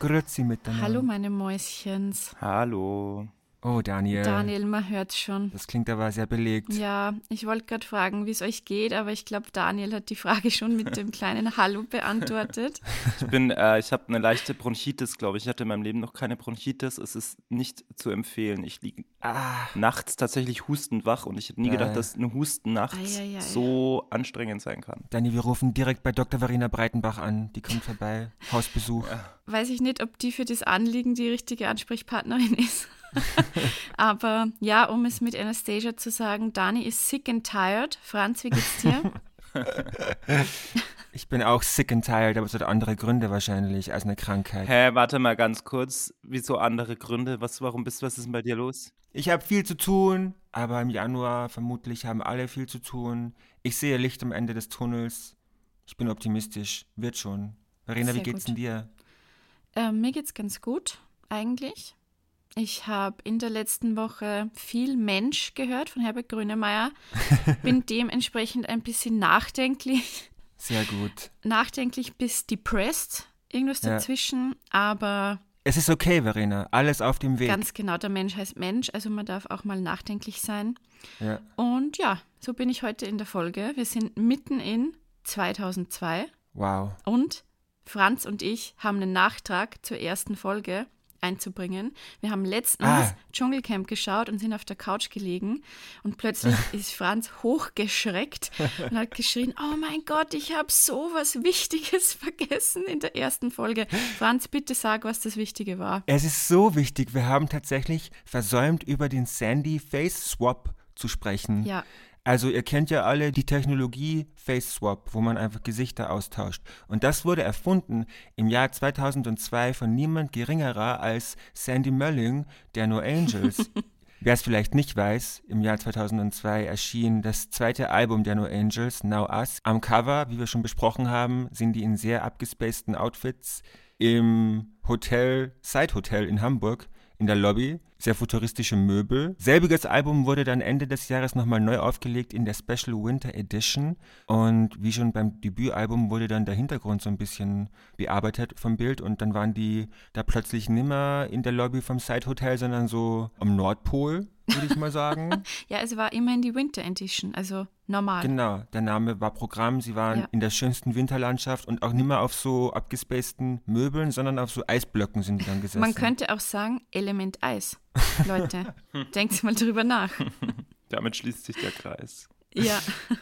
Grüezi miteinander. Hallo meine Mäuschens. Hallo. Oh, Daniel. Daniel, man hört's schon. Das klingt aber sehr belegt. Ja, ich wollte gerade fragen, wie es euch geht, aber ich glaube, Daniel hat die Frage schon mit dem kleinen Hallo beantwortet. Ich habe eine leichte Bronchitis, glaube ich. Ich hatte in meinem Leben noch keine Bronchitis. Es ist nicht zu empfehlen. Ich liege nachts tatsächlich hustend wach und ich hätte nie gedacht, dass ein Husten nachts so anstrengend sein kann. Daniel, wir rufen direkt bei Dr. Verena Breitenbach an. Die kommt vorbei. Hausbesuch. Ja. Weiß ich nicht, ob die für das Anliegen die richtige Ansprechpartnerin ist. Aber ja, um es mit Anastasia zu sagen, Dani ist sick and tired. Franz, wie geht's dir? Ich bin auch sick and tired, aber es hat andere Gründe wahrscheinlich als eine Krankheit. Warte mal ganz kurz. Wieso andere Gründe? Was ist denn bei dir los? Ich habe viel zu tun, aber im Januar vermutlich haben alle viel zu tun. Ich sehe Licht am Ende des Tunnels. Ich bin optimistisch. Wird schon. Verena, wie geht's denn dir? Mir geht's ganz gut, eigentlich. Ich habe in der letzten Woche viel Mensch gehört von Herbert Grönemeyer. Bin dementsprechend ein bisschen nachdenklich. Sehr gut. Nachdenklich bis depressed. Irgendwas dazwischen, aber... Es ist okay, Verena. Alles auf dem Weg. Ganz genau, der Mensch heißt Mensch, also man darf auch mal nachdenklich sein. Ja. Und ja, so bin ich heute in der Folge. Wir sind mitten in 2002. Wow. Und Franz und ich haben einen Nachtrag zur ersten Folge einzubringen. Wir haben letztens Dschungelcamp geschaut und sind auf der Couch gelegen und plötzlich ist Franz hochgeschreckt und hat geschrien, oh mein Gott, ich habe so was Wichtiges vergessen in der ersten Folge. Franz, bitte sag, was das Wichtige war. Es ist so wichtig, wir haben tatsächlich versäumt, über den Sandy Face Swap zu sprechen. Ja. Also ihr kennt ja alle die Technologie Face Swap, wo man einfach Gesichter austauscht. Und das wurde erfunden im Jahr 2002 von niemand geringerer als Sandy Mölling, der No Angels. Wer es vielleicht nicht weiß, im Jahr 2002 erschien das zweite Album der No Angels, Now Us. Am Cover, wie wir schon besprochen haben, sind die in sehr abgespaceden Outfits im Side Hotel in Hamburg. In der Lobby, sehr futuristische Möbel. Selbiges Album wurde dann Ende des Jahres nochmal neu aufgelegt in der Special Winter Edition und wie schon beim Debütalbum wurde dann der Hintergrund so ein bisschen bearbeitet vom Bild und dann waren die da plötzlich nimmer in der Lobby vom Side Hotel, sondern so am Nordpol, würde ich mal sagen. Ja, es war immerhin die Winter Edition, also normal. Genau, der Name war Programm, sie waren in der schönsten Winterlandschaft und auch nimmer auf so abgespaceden Möbeln, sondern auf so Eisblöcken sind die dann gesessen. Man könnte auch sagen, Element Eis. Leute, denkt mal drüber nach. Damit schließt sich der Kreis. Ja.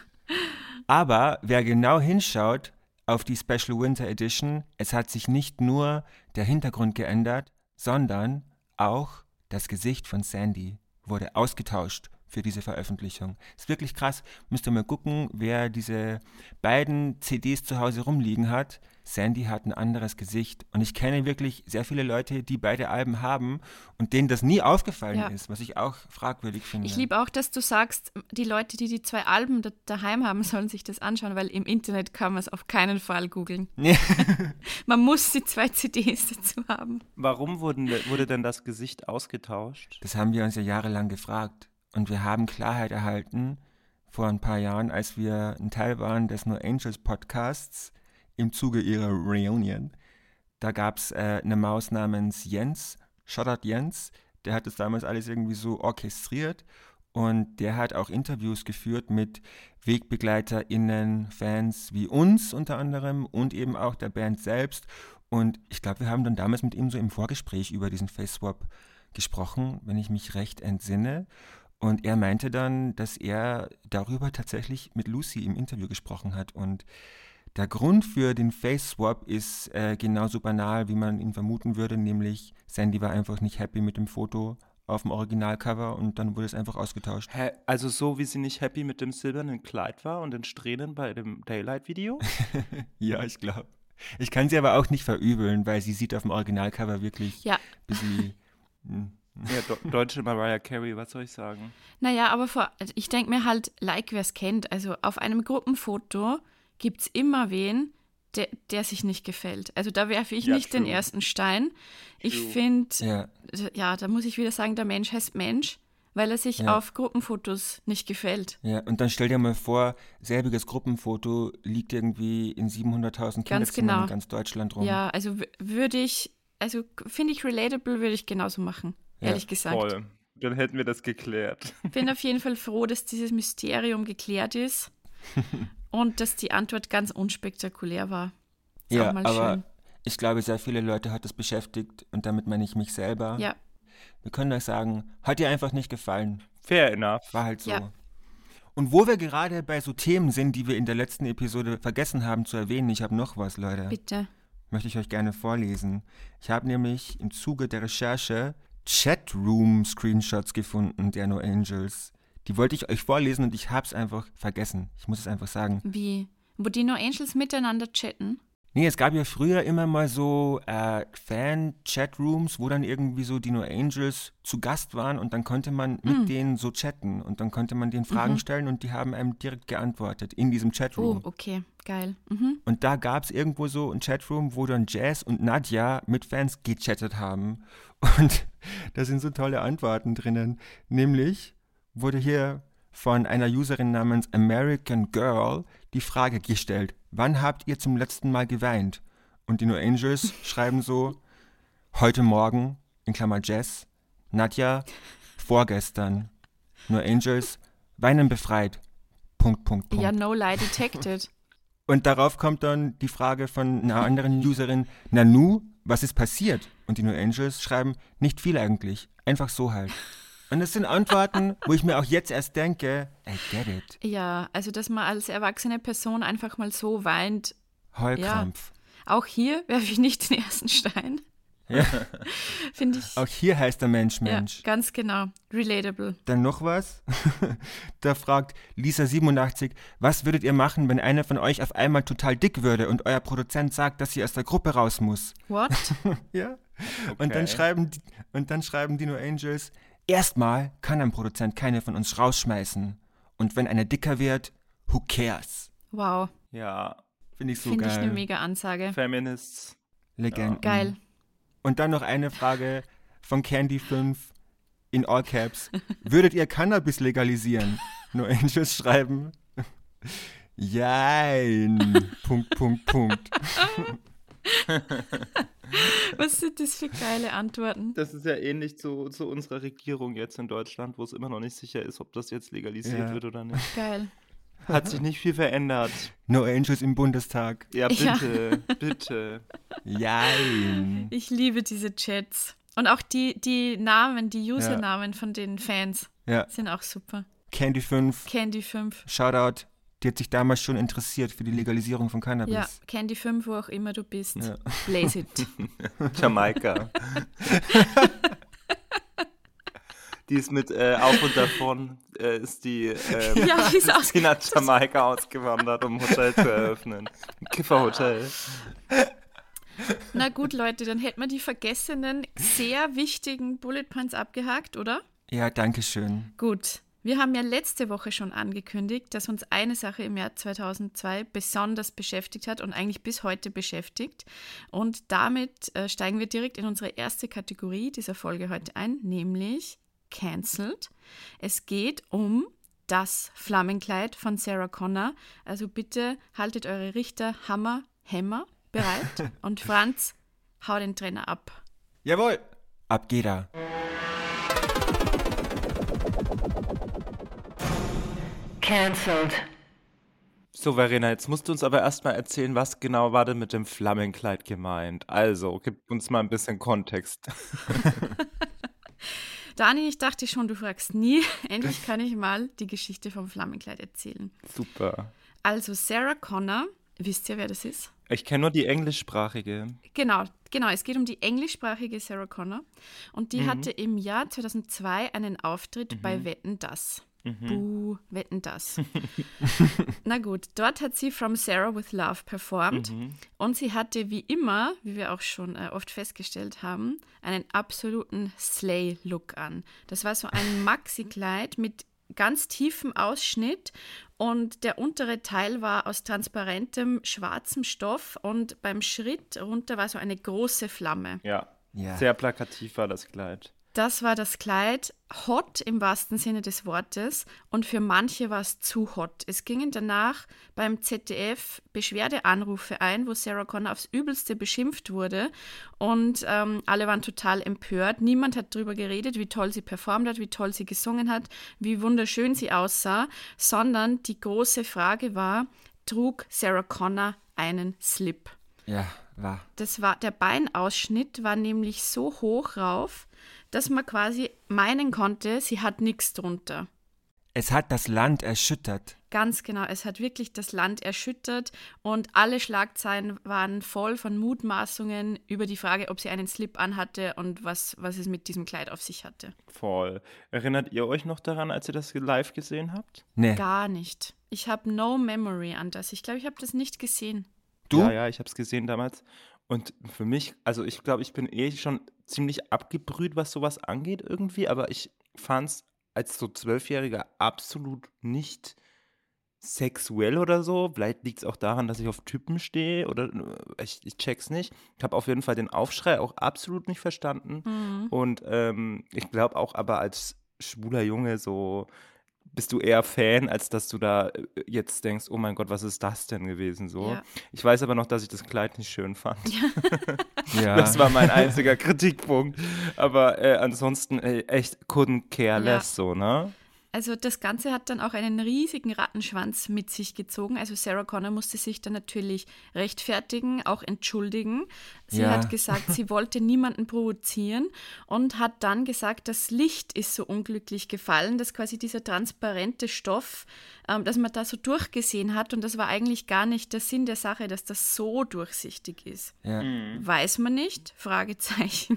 Aber wer genau hinschaut auf die Special Winter Edition, es hat sich nicht nur der Hintergrund geändert, sondern auch das Gesicht von Sandy wurde ausgetauscht für diese Veröffentlichung. Ist wirklich krass. Müsst ihr mal gucken, wer diese beiden CDs zu Hause rumliegen hat. Sandy hat ein anderes Gesicht. Und ich kenne wirklich sehr viele Leute, die beide Alben haben und denen das nie aufgefallen ist, was ich auch fragwürdig finde. Ich liebe auch, dass du sagst, die Leute, die zwei Alben daheim haben, sollen sich das anschauen, weil im Internet kann man es auf keinen Fall googeln. Man muss die 2 CDs dazu haben. Warum wurde denn das Gesicht ausgetauscht? Das haben wir uns ja jahrelang gefragt. Und wir haben Klarheit erhalten vor ein paar Jahren, als wir ein Teil waren des No Angels Podcasts im Zuge ihrer Reunion. Da gab es eine Maus namens Jens, Shoutout Jens, der hat das damals alles irgendwie so orchestriert und der hat auch Interviews geführt mit WegbegleiterInnen, Fans wie uns unter anderem und eben auch der Band selbst. Und ich glaube, wir haben dann damals mit ihm so im Vorgespräch über diesen Face Swap gesprochen, wenn ich mich recht entsinne. Und er meinte dann, dass er darüber tatsächlich mit Lucy im Interview gesprochen hat. Und der Grund für den Face Swap ist genauso banal, wie man ihn vermuten würde, nämlich Sandy war einfach nicht happy mit dem Foto auf dem Originalcover und dann wurde es einfach ausgetauscht. Also so, wie sie nicht happy mit dem silbernen Kleid war und den Strähnen bei dem Daylight-Video? Ja, ich glaube. Ich kann sie aber auch nicht verübeln, weil sie sieht auf dem Originalcover wirklich ein bisschen... Ja, deutsche Mariah Carey, was soll ich sagen? Naja, aber ich denke mir halt, wer es kennt, also auf einem Gruppenfoto gibt es immer wen, der sich nicht gefällt. Also da werfe ich nicht den ersten Stein. Ich finde, da muss ich wieder sagen, der Mensch heißt Mensch, weil er sich auf Gruppenfotos nicht gefällt. Ja, und dann stell dir mal vor, selbiges Gruppenfoto liegt irgendwie in 700.000 Kinderzimmern in ganz Deutschland rum. Ja, also würde ich also finde ich relatable, würde ich genauso machen, ehrlich gesagt. Voll. Dann hätten wir das geklärt. Bin auf jeden Fall froh, dass dieses Mysterium geklärt ist und dass die Antwort ganz unspektakulär war. Ist Ja, auch mal aber schön. ich glaube, sehr viele Leute hat das beschäftigt und damit meine ich mich selber. Ja, Wir können euch sagen, hat dir einfach nicht gefallen. Fair enough. War halt so. Ja. Und wo wir gerade bei so Themen sind, die wir in der letzten Episode vergessen haben zu erwähnen, ich habe noch was, Leute. bitte. Möchte ich euch gerne vorlesen. Ich habe nämlich im Zuge der Recherche Chatroom-Screenshots gefunden, der No Angels. Die wollte ich euch vorlesen und ich habe es einfach vergessen. Ich muss es einfach sagen. Wie? Wo die No Angels miteinander chatten? Nee, es gab ja früher immer mal so Fan-Chatrooms, wo dann irgendwie so die No Angels zu Gast waren und dann konnte man mit denen so chatten und dann konnte man denen Fragen stellen und die haben einem direkt geantwortet in diesem Chatroom. Oh, okay, geil. Mhm. Und da gab es irgendwo so ein Chatroom, wo dann Jazz und Nadja mit Fans gechattet haben. Und da sind so tolle Antworten drinnen. Nämlich wurde hier von einer Userin namens American Girl die Frage gestellt: Wann habt ihr zum letzten Mal geweint? Und die No Angels schreiben so: Heute Morgen, in Klammer Jazz, Nadja, vorgestern, No Angels, weinen befreit, .. Ja, no lie detected. Und darauf kommt dann die Frage von einer anderen Userin: Nanu, was ist passiert? Und die No Angels schreiben: Nicht viel eigentlich, einfach so halt. Und das sind Antworten, wo ich mir auch jetzt erst denke, I get it. Ja, also dass man als erwachsene Person einfach mal so weint. Heulkrampf. Auch hier werfe ich nicht den ersten Stein. Ja. Finde ich. Auch hier heißt der Mensch Mensch. Ja, ganz genau. Relatable. Dann noch was. Da fragt Lisa87, was würdet ihr machen, wenn einer von euch auf einmal total dick würde und euer Produzent sagt, dass sie aus der Gruppe raus muss? What? Ja. Okay. Und dann schreiben die No Angels: Erstmal kann ein Produzent keine von uns rausschmeißen. Und wenn einer dicker wird, who cares? Wow. Ja, Finde ich so Finde ich eine geil. mega Ansage. Feminists. Legenden. Geil. Und dann noch eine Frage von Candy5 in All Caps. Würdet ihr Cannabis legalisieren? No Angels schreiben: Jein. .. Was sind das für geile Antworten? Das ist ja ähnlich zu unserer Regierung jetzt in Deutschland, wo es immer noch nicht sicher ist, ob das jetzt legalisiert Ja. wird oder nicht. Geil. Hat sich nicht viel verändert. No Angels im Bundestag. Ja, Ja. bitte, bitte. Jein. Ich liebe diese Chats. Und auch die Namen, die Usernamen von den Fans Ja. sind auch super. Candy5, Candy5. Shoutout. Die hat sich damals schon interessiert für die Legalisierung von Cannabis. Ja, Candy5, wo auch immer du bist. Ja. Blaze it. Jamaika. Die ist mit Auf und Davon ist die Ja, die ist ist die nach Jamaika ausgewandert, um ein Hotel zu eröffnen. Ein Kifferhotel. Na gut, Leute, dann hätten wir die vergessenen, sehr wichtigen Bullet Points abgehakt, oder? Ja, danke schön. Gut. Wir haben ja letzte Woche schon angekündigt, dass uns eine Sache im Jahr 2002 besonders beschäftigt hat und eigentlich bis heute beschäftigt. Und damit steigen wir direkt in unsere erste Kategorie dieser Folge heute ein, nämlich Cancelled. Es geht um das Flammenkleid von Sarah Connor. Also bitte haltet eure Richter, Hammer, Hämmer bereit. Und Franz, hau den Trainer ab. Jawohl. Ab geht er. Cancelled. So, Verena, jetzt musst du uns aber erstmal erzählen, was genau war denn mit dem Flammenkleid gemeint? Also, gib uns mal ein bisschen Kontext. Dani, ich dachte schon, du fragst nie. Endlich kann ich mal die Geschichte vom Flammenkleid erzählen. Super. Also Sarah Connor, wisst ihr, wer das ist? Ich kenne nur die englischsprachige. Genau. Es geht um die englischsprachige Sarah Connor. Und die hatte im Jahr 2002 einen Auftritt bei Wetten, dass. Buh, Wetten, dass. Na gut, dort hat sie From Sarah with Love performt. Und sie hatte wie immer, wie wir auch schon oft festgestellt haben, einen absoluten Slay-Look an. Das war so ein Maxi-Kleid mit ganz tiefem Ausschnitt und der untere Teil war aus transparentem schwarzem Stoff und beim Schritt runter war so eine große Flamme. Ja. Ja. Sehr plakativ war das Kleid. Das war das Kleid, hot im wahrsten Sinne des Wortes, und für manche war es zu hot. Es gingen danach beim ZDF Beschwerdeanrufe ein, wo Sarah Connor aufs Übelste beschimpft wurde, und alle waren total empört. Niemand hat darüber geredet, wie toll sie performt hat, wie toll sie gesungen hat, wie wunderschön sie aussah, sondern die große Frage war, trug Sarah Connor einen Slip? Ja, war. Der Beinausschnitt war nämlich so hoch rauf, dass man quasi meinen konnte, sie hat nichts drunter. Es hat das Land erschüttert. Ganz genau, es hat wirklich das Land erschüttert und alle Schlagzeilen waren voll von Mutmaßungen über die Frage, ob sie einen Slip anhatte und was es mit diesem Kleid auf sich hatte. Voll. Erinnert ihr euch noch daran, als ihr das live gesehen habt? Nee. Gar nicht. Ich habe no memory an das. Ich glaube, ich habe das nicht gesehen. Du? Ja, ich habe es gesehen damals. Und für mich, also ich glaube, ich bin schon ziemlich abgebrüht, was sowas angeht irgendwie, aber ich fand es als so 12-Jähriger absolut nicht sexuell oder so. Vielleicht liegt es auch daran, dass ich auf Typen stehe oder ich check's nicht. Ich habe auf jeden Fall den Aufschrei auch absolut nicht verstanden. Und ich glaube auch aber als schwuler Junge so bist du eher Fan, als dass du da jetzt denkst, oh mein Gott, was ist das denn gewesen so. Ja. Ich weiß aber noch, dass ich das Kleid nicht schön fand. Ja. Das war mein einziger Kritikpunkt. Aber ansonsten echt couldn't care less so, ne? Also das Ganze hat dann auch einen riesigen Rattenschwanz mit sich gezogen. Also Sarah Connor musste sich dann natürlich rechtfertigen, auch entschuldigen. Sie hat gesagt, sie wollte niemanden provozieren und hat dann gesagt, das Licht ist so unglücklich gefallen, dass quasi dieser transparente Stoff, dass man da so durchgesehen hat, und das war eigentlich gar nicht der Sinn der Sache, dass das so durchsichtig ist. Ja. Weiß man nicht, Fragezeichen,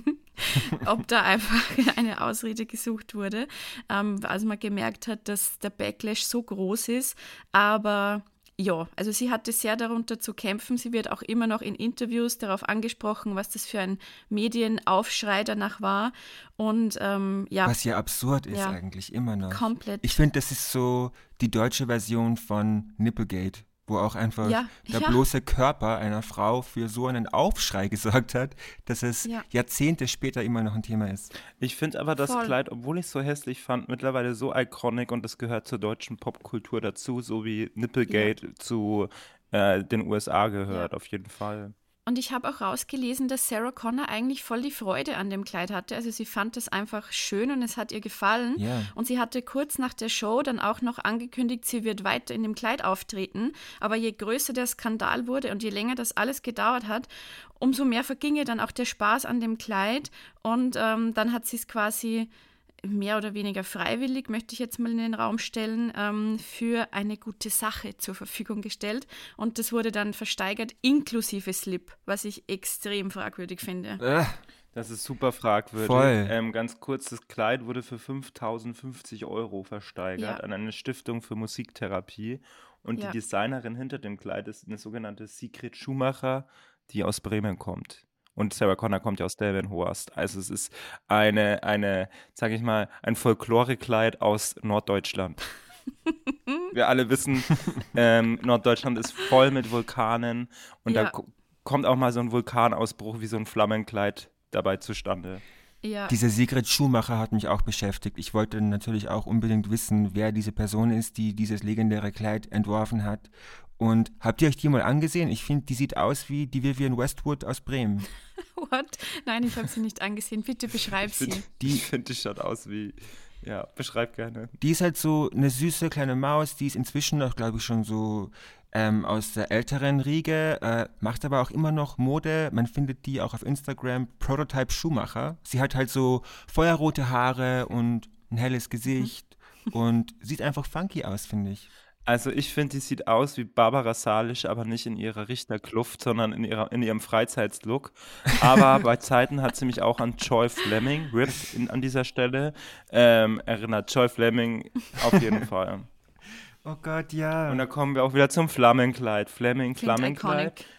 ob da einfach eine Ausrede gesucht wurde, als man gemerkt hat, dass der Backlash so groß ist. Aber ja, also sie hatte sehr darunter zu kämpfen. Sie wird auch immer noch in Interviews darauf angesprochen, was das für ein Medienaufschrei danach war. Und Was ja absurd ist Ja. eigentlich, immer noch. Komplett. Ich finde, das ist so die deutsche Version von Nipplegate, wo auch einfach der bloße Körper einer Frau für so einen Aufschrei gesorgt hat, dass es Jahrzehnte später immer noch ein Thema ist. Ich finde aber das Voll. Kleid, obwohl ich es so hässlich fand, mittlerweile so iconic und es gehört zur deutschen Popkultur dazu, so wie Nipplegate zu den USA gehört, auf jeden Fall. Und ich habe auch rausgelesen, dass Sarah Connor eigentlich voll die Freude an dem Kleid hatte. Also sie fand es einfach schön und es hat ihr gefallen. Ja. Und sie hatte kurz nach der Show dann auch noch angekündigt, sie wird weiter in dem Kleid auftreten. Aber je größer der Skandal wurde und je länger das alles gedauert hat, umso mehr verging ihr dann auch der Spaß an dem Kleid. Und dann hat sie es quasi mehr oder weniger freiwillig, möchte ich jetzt mal in den Raum stellen, für eine gute Sache zur Verfügung gestellt. Und das wurde dann versteigert, inklusive Slip, was ich extrem fragwürdig finde. Das ist super fragwürdig. Voll. Ganz kurz, das Kleid wurde für 5.050 € versteigert an eine Stiftung für Musiktherapie. Und die Designerin hinter dem Kleid ist eine sogenannte Sigrid Schumacher, die aus Bremen kommt. Und Sarah Connor kommt ja aus Delmenhorst. Also es ist sage ich mal, ein Folklore-Kleid aus Norddeutschland. Wir alle wissen, Norddeutschland ist voll mit Vulkanen und da kommt auch mal so ein Vulkanausbruch wie so ein Flammenkleid dabei zustande. Ja. Diese Sigrid Schumacher hat mich auch beschäftigt. Ich wollte natürlich auch unbedingt wissen, wer diese Person ist, die dieses legendäre Kleid entworfen hat. Und habt ihr euch die mal angesehen? Ich finde, die sieht aus wie die Vivienne Westwood aus Bremen. What? Nein, ich habe sie nicht angesehen. Bitte beschreib sie. Ich finde, die schaut aus wie, beschreib gerne. Die ist halt so eine süße kleine Maus, die ist inzwischen auch, glaube ich, schon so aus der älteren Riege, macht aber auch immer noch Mode. Man findet die auch auf Instagram, Prototype Schumacher. Sie hat halt so feuerrote Haare und ein helles Gesicht und sieht einfach funky aus, finde ich. Also ich finde, die sieht aus wie Barbara Salisch, aber nicht in ihrer Richterkluft, sondern in ihrem Freizeitslook. Aber bei Zeiten hat sie mich auch an Joy Fleming, RIP an dieser Stelle, erinnert. Joy Fleming auf jeden Fall. Oh Gott, ja. Und da kommen wir auch wieder zum Flammenkleid. Flammenkleid.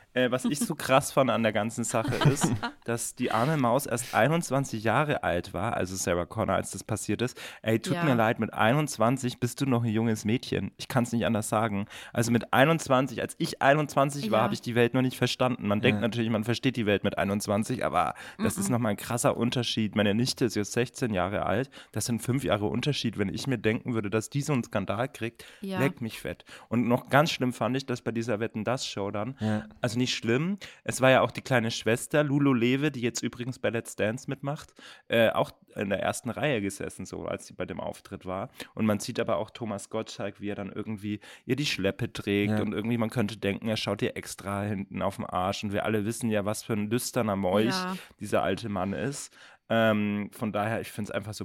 Was ich so krass fand an der ganzen Sache ist, dass die arme Maus erst 21 Jahre alt war, also Sarah Connor, als das passiert ist. Ey, tut mir leid, mit 21 bist du noch ein junges Mädchen. Ich kann es nicht anders sagen. Also mit 21, als ich 21 war, habe ich die Welt noch nicht verstanden. Man denkt natürlich, man versteht die Welt mit 21, aber das ist nochmal ein krasser Unterschied. Meine Nichte ist jetzt 16 Jahre alt. Das sind 5 Jahre Unterschied. Wenn ich mir denken würde, dass die so einen Skandal kriegt, leckt mich fett. Und noch ganz schlimm fand ich, dass bei dieser Wetten-dass-Show dann, also nicht schlimm, es war ja auch die kleine Schwester, Lulu Lewe, die jetzt übrigens bei Let's Dance mitmacht, auch in der ersten Reihe gesessen, so als sie bei dem Auftritt war. Und man sieht aber auch Thomas Gottschalk, wie er dann irgendwie ihr die Schleppe trägt und irgendwie, man könnte denken, er schaut ihr extra hinten auf den Arsch und wir alle wissen ja, was für ein lüsterner Molch dieser alte Mann ist. Von daher, ich finde es einfach so,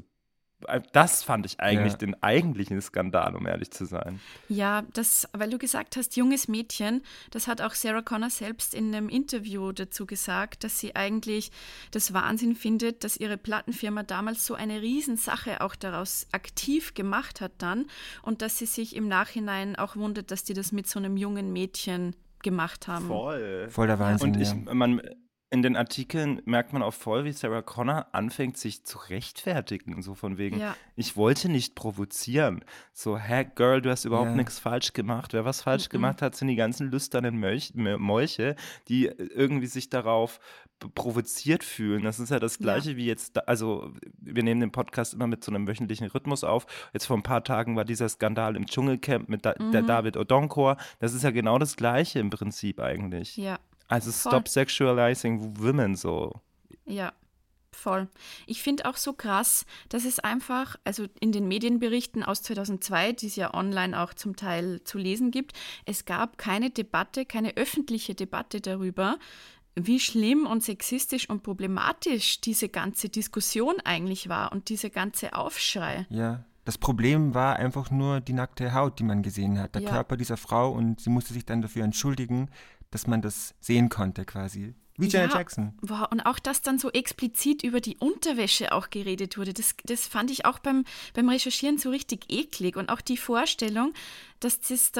das fand ich eigentlich den eigentlichen Skandal, um ehrlich zu sein. Ja, weil du gesagt hast, junges Mädchen, das hat auch Sarah Connor selbst in einem Interview dazu gesagt, dass sie eigentlich das Wahnsinn findet, dass ihre Plattenfirma damals so eine Riesensache auch daraus aktiv gemacht hat dann und dass sie sich im Nachhinein auch wundert, dass die das mit so einem jungen Mädchen gemacht haben. Voll der Wahnsinn, und in den Artikeln merkt man auch voll, wie Sarah Connor anfängt, sich zu rechtfertigen. So von wegen, ich wollte nicht provozieren. So, hä, Girl, du hast überhaupt nichts falsch gemacht. Wer was falsch gemacht hat, sind die ganzen lüsternen Molche, die irgendwie sich darauf provoziert fühlen. Das ist ja das Gleiche wie jetzt, also wir nehmen den Podcast immer mit so einem wöchentlichen Rhythmus auf. Jetzt vor ein paar Tagen war dieser Skandal im Dschungelcamp mit der David Odonkor. Das ist ja genau das Gleiche im Prinzip eigentlich. Ja. Also stop sexualizing women so. Ja, voll. Ich finde auch so krass, dass es einfach, also in den Medienberichten aus 2002, die es ja online auch zum Teil zu lesen gibt, es gab keine Debatte, keine öffentliche Debatte darüber, wie schlimm und sexistisch und problematisch diese ganze Diskussion eigentlich war und dieser ganze Aufschrei. Ja. Das Problem war einfach nur die nackte Haut, die man gesehen hat, der Körper dieser Frau, und sie musste sich dann dafür entschuldigen, dass man das sehen konnte quasi. Wie Janet Jackson. Wow, und auch, dass dann so explizit über die Unterwäsche auch geredet wurde, das fand ich auch beim Recherchieren so richtig eklig. Und auch die Vorstellung, dass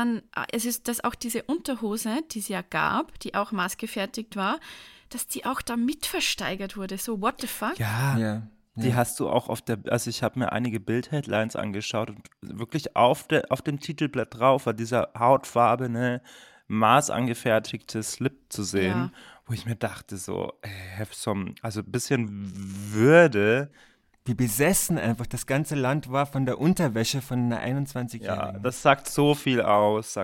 dass auch diese Unterhose, die es ja gab, die auch maßgefertigt war, dass die auch da mitversteigert wurde. So, what the fuck? Ja. Die hast du auch also ich habe mir einige Bild-Headlines angeschaut und wirklich auf dem Titelblatt drauf war dieser hautfarbene, maßangefertigte Slip zu sehen, wo ich mir dachte so, also ein bisschen Würde. Wie besessen einfach das ganze Land war von der Unterwäsche von einer 21-Jährigen. Ja, das sagt so viel aus,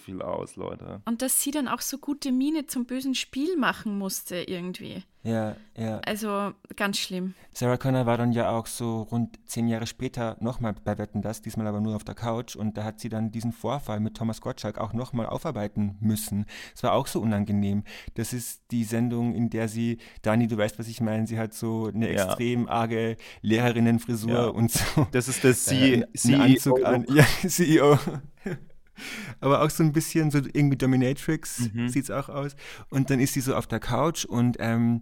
Leute. Und dass sie dann auch so gute Miene zum bösen Spiel machen musste irgendwie. Ja. Also ganz schlimm. Sarah Connor war dann ja auch so rund 10 Jahre später nochmal bei Wetten, dass, diesmal aber nur auf der Couch, und da hat sie dann diesen Vorfall mit Thomas Gottschalk auch nochmal aufarbeiten müssen. Es war auch so unangenehm. Das ist die Sendung, in der sie, Dani, du weißt, was ich meine, sie hat so eine extrem arge Lehrerinnenfrisur und so. Das ist der CEO. Anzug an. Ja, CEO. Aber auch so ein bisschen so irgendwie Dominatrix sieht es auch aus. Und dann ist sie so auf der Couch und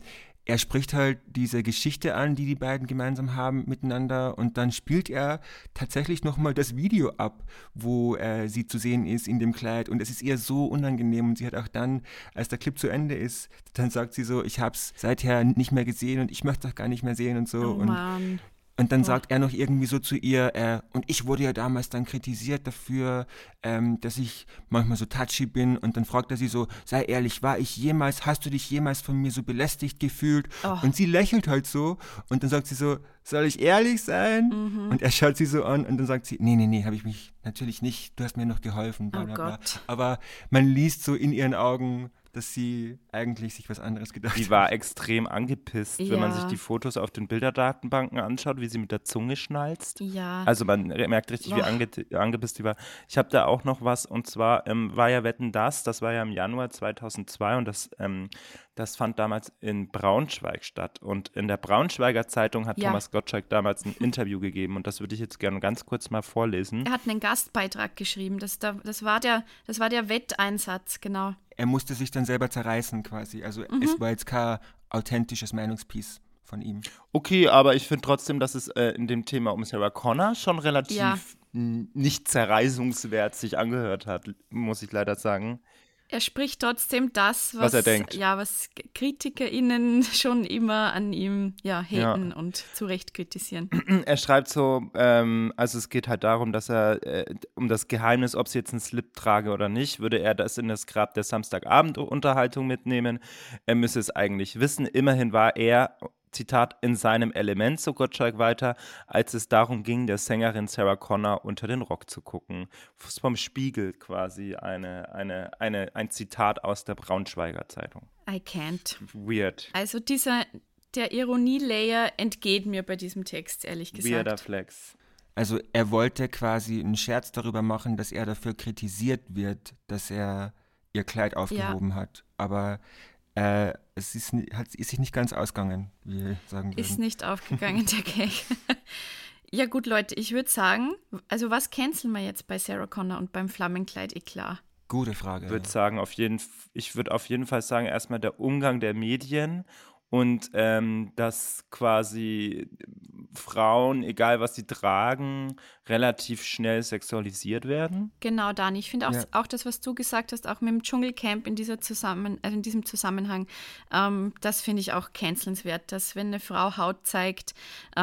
er spricht halt diese Geschichte an, die beiden gemeinsam haben miteinander, und dann spielt er tatsächlich nochmal das Video ab, wo sie zu sehen ist in dem Kleid, und es ist ihr so unangenehm, und sie hat auch dann, als der Clip zu Ende ist, dann sagt sie so, ich hab's seither nicht mehr gesehen und ich möchte es auch gar nicht mehr sehen und so. Oh Mann. Und dann sagt er noch irgendwie so zu ihr, und ich wurde ja damals dann kritisiert dafür, dass ich manchmal so touchy bin, und dann fragt er sie so, sei ehrlich, hast du dich jemals von mir so belästigt gefühlt? Oh. Und sie lächelt halt so, und dann sagt sie so, soll ich ehrlich sein? Und er schaut sie so an, und dann sagt sie, nee, habe ich mich natürlich nicht, du hast mir noch geholfen, bla bla bla. Aber man liest so in ihren Augen, dass sie eigentlich sich was anderes gedacht hat. Die war extrem angepisst, wenn man sich die Fotos auf den Bilderdatenbanken anschaut, wie sie mit der Zunge schnalzt. Ja. Also man merkt richtig, wie angepisst die war. Ich habe da auch noch was, und zwar war ja Wetten, das war ja im Januar 2002, und das fand damals in Braunschweig statt. Und in der Braunschweiger Zeitung hat Thomas Gottschalk damals ein Interview gegeben, und das würde ich jetzt gerne ganz kurz mal vorlesen. Er hat einen Gastbeitrag geschrieben, das war der Wetteinsatz, genau. Er musste sich dann selber zerreißen quasi, also es war jetzt kein authentisches Meinungspiece von ihm. Okay, aber ich finde trotzdem, dass es in dem Thema um Sarah Connor schon relativ nicht zerreißungswert sich angehört hat, muss ich leider sagen. Er spricht trotzdem das, was er denkt. Ja, was KritikerInnen schon immer an ihm haten und zu Recht kritisieren. Er schreibt so, also es geht halt darum, dass er um das Geheimnis, ob sie jetzt einen Slip trage oder nicht, würde er das in das Grab der Samstagabend-Unterhaltung mitnehmen. Er müsse es eigentlich wissen. Immerhin war er, Zitat, in seinem Element, so Gottschalk weiter, als es darum ging, der Sängerin Sarah Connor unter den Rock zu gucken. Vom Spiegel quasi ein Zitat aus der Braunschweiger Zeitung. I can't. Weird. Also der Ironie-Layer entgeht mir bei diesem Text, ehrlich gesagt. Weirder Flex. Also er wollte quasi einen Scherz darüber machen, dass er dafür kritisiert wird, dass er ihr Kleid aufgehoben hat. Aber es ist sich nicht ganz ausgegangen, wie wir sagen würden. Ist nicht aufgegangen, der Gag. Ja gut, Leute, ich würde sagen, also was canceln wir jetzt bei Sarah Connor und beim Flammenkleid Eklat? Gute Frage. Ich würde auf jeden Fall sagen, erstmal der Umgang der Medien und dass quasi Frauen, egal was sie tragen, relativ schnell sexualisiert werden. Genau, Dani. Ich finde auch das, was du gesagt hast, auch mit dem Dschungelcamp in diesem Zusammenhang, das finde ich auch cancelnswert, dass wenn eine Frau Haut zeigt,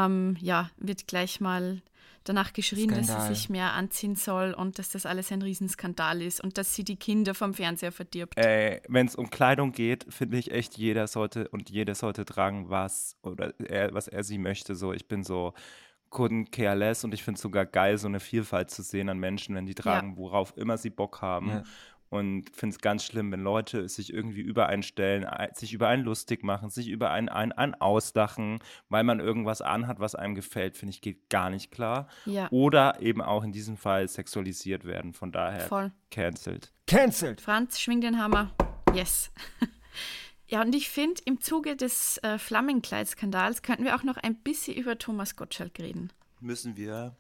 wird gleich mal danach geschrien, Skandal. dass sie sich mehr anziehen soll und dass das alles ein Riesenskandal ist und dass sie die Kinder vom Fernseher verdirbt. Wenn es um Kleidung geht, finde ich echt, jede sollte tragen, was er sie möchte. So, ich bin so couldn't care less und ich finde es sogar geil, so eine Vielfalt zu sehen an Menschen, wenn die tragen, worauf immer sie Bock haben. Ja. Und finde es ganz schlimm, wenn Leute sich irgendwie über einen stellen, sich über einen lustig machen, sich über einen auslachen, weil man irgendwas anhat, was einem gefällt, finde ich, geht gar nicht klar. Ja. Oder eben auch in diesem Fall sexualisiert werden. Von daher Voll. cancelled. Cancelled! Franz, schwing den Hammer. Yes. Ja, und ich finde, im Zuge des Flammenkleid-Skandals könnten wir auch noch ein bisschen über Thomas Gottschalk reden. Müssen wir?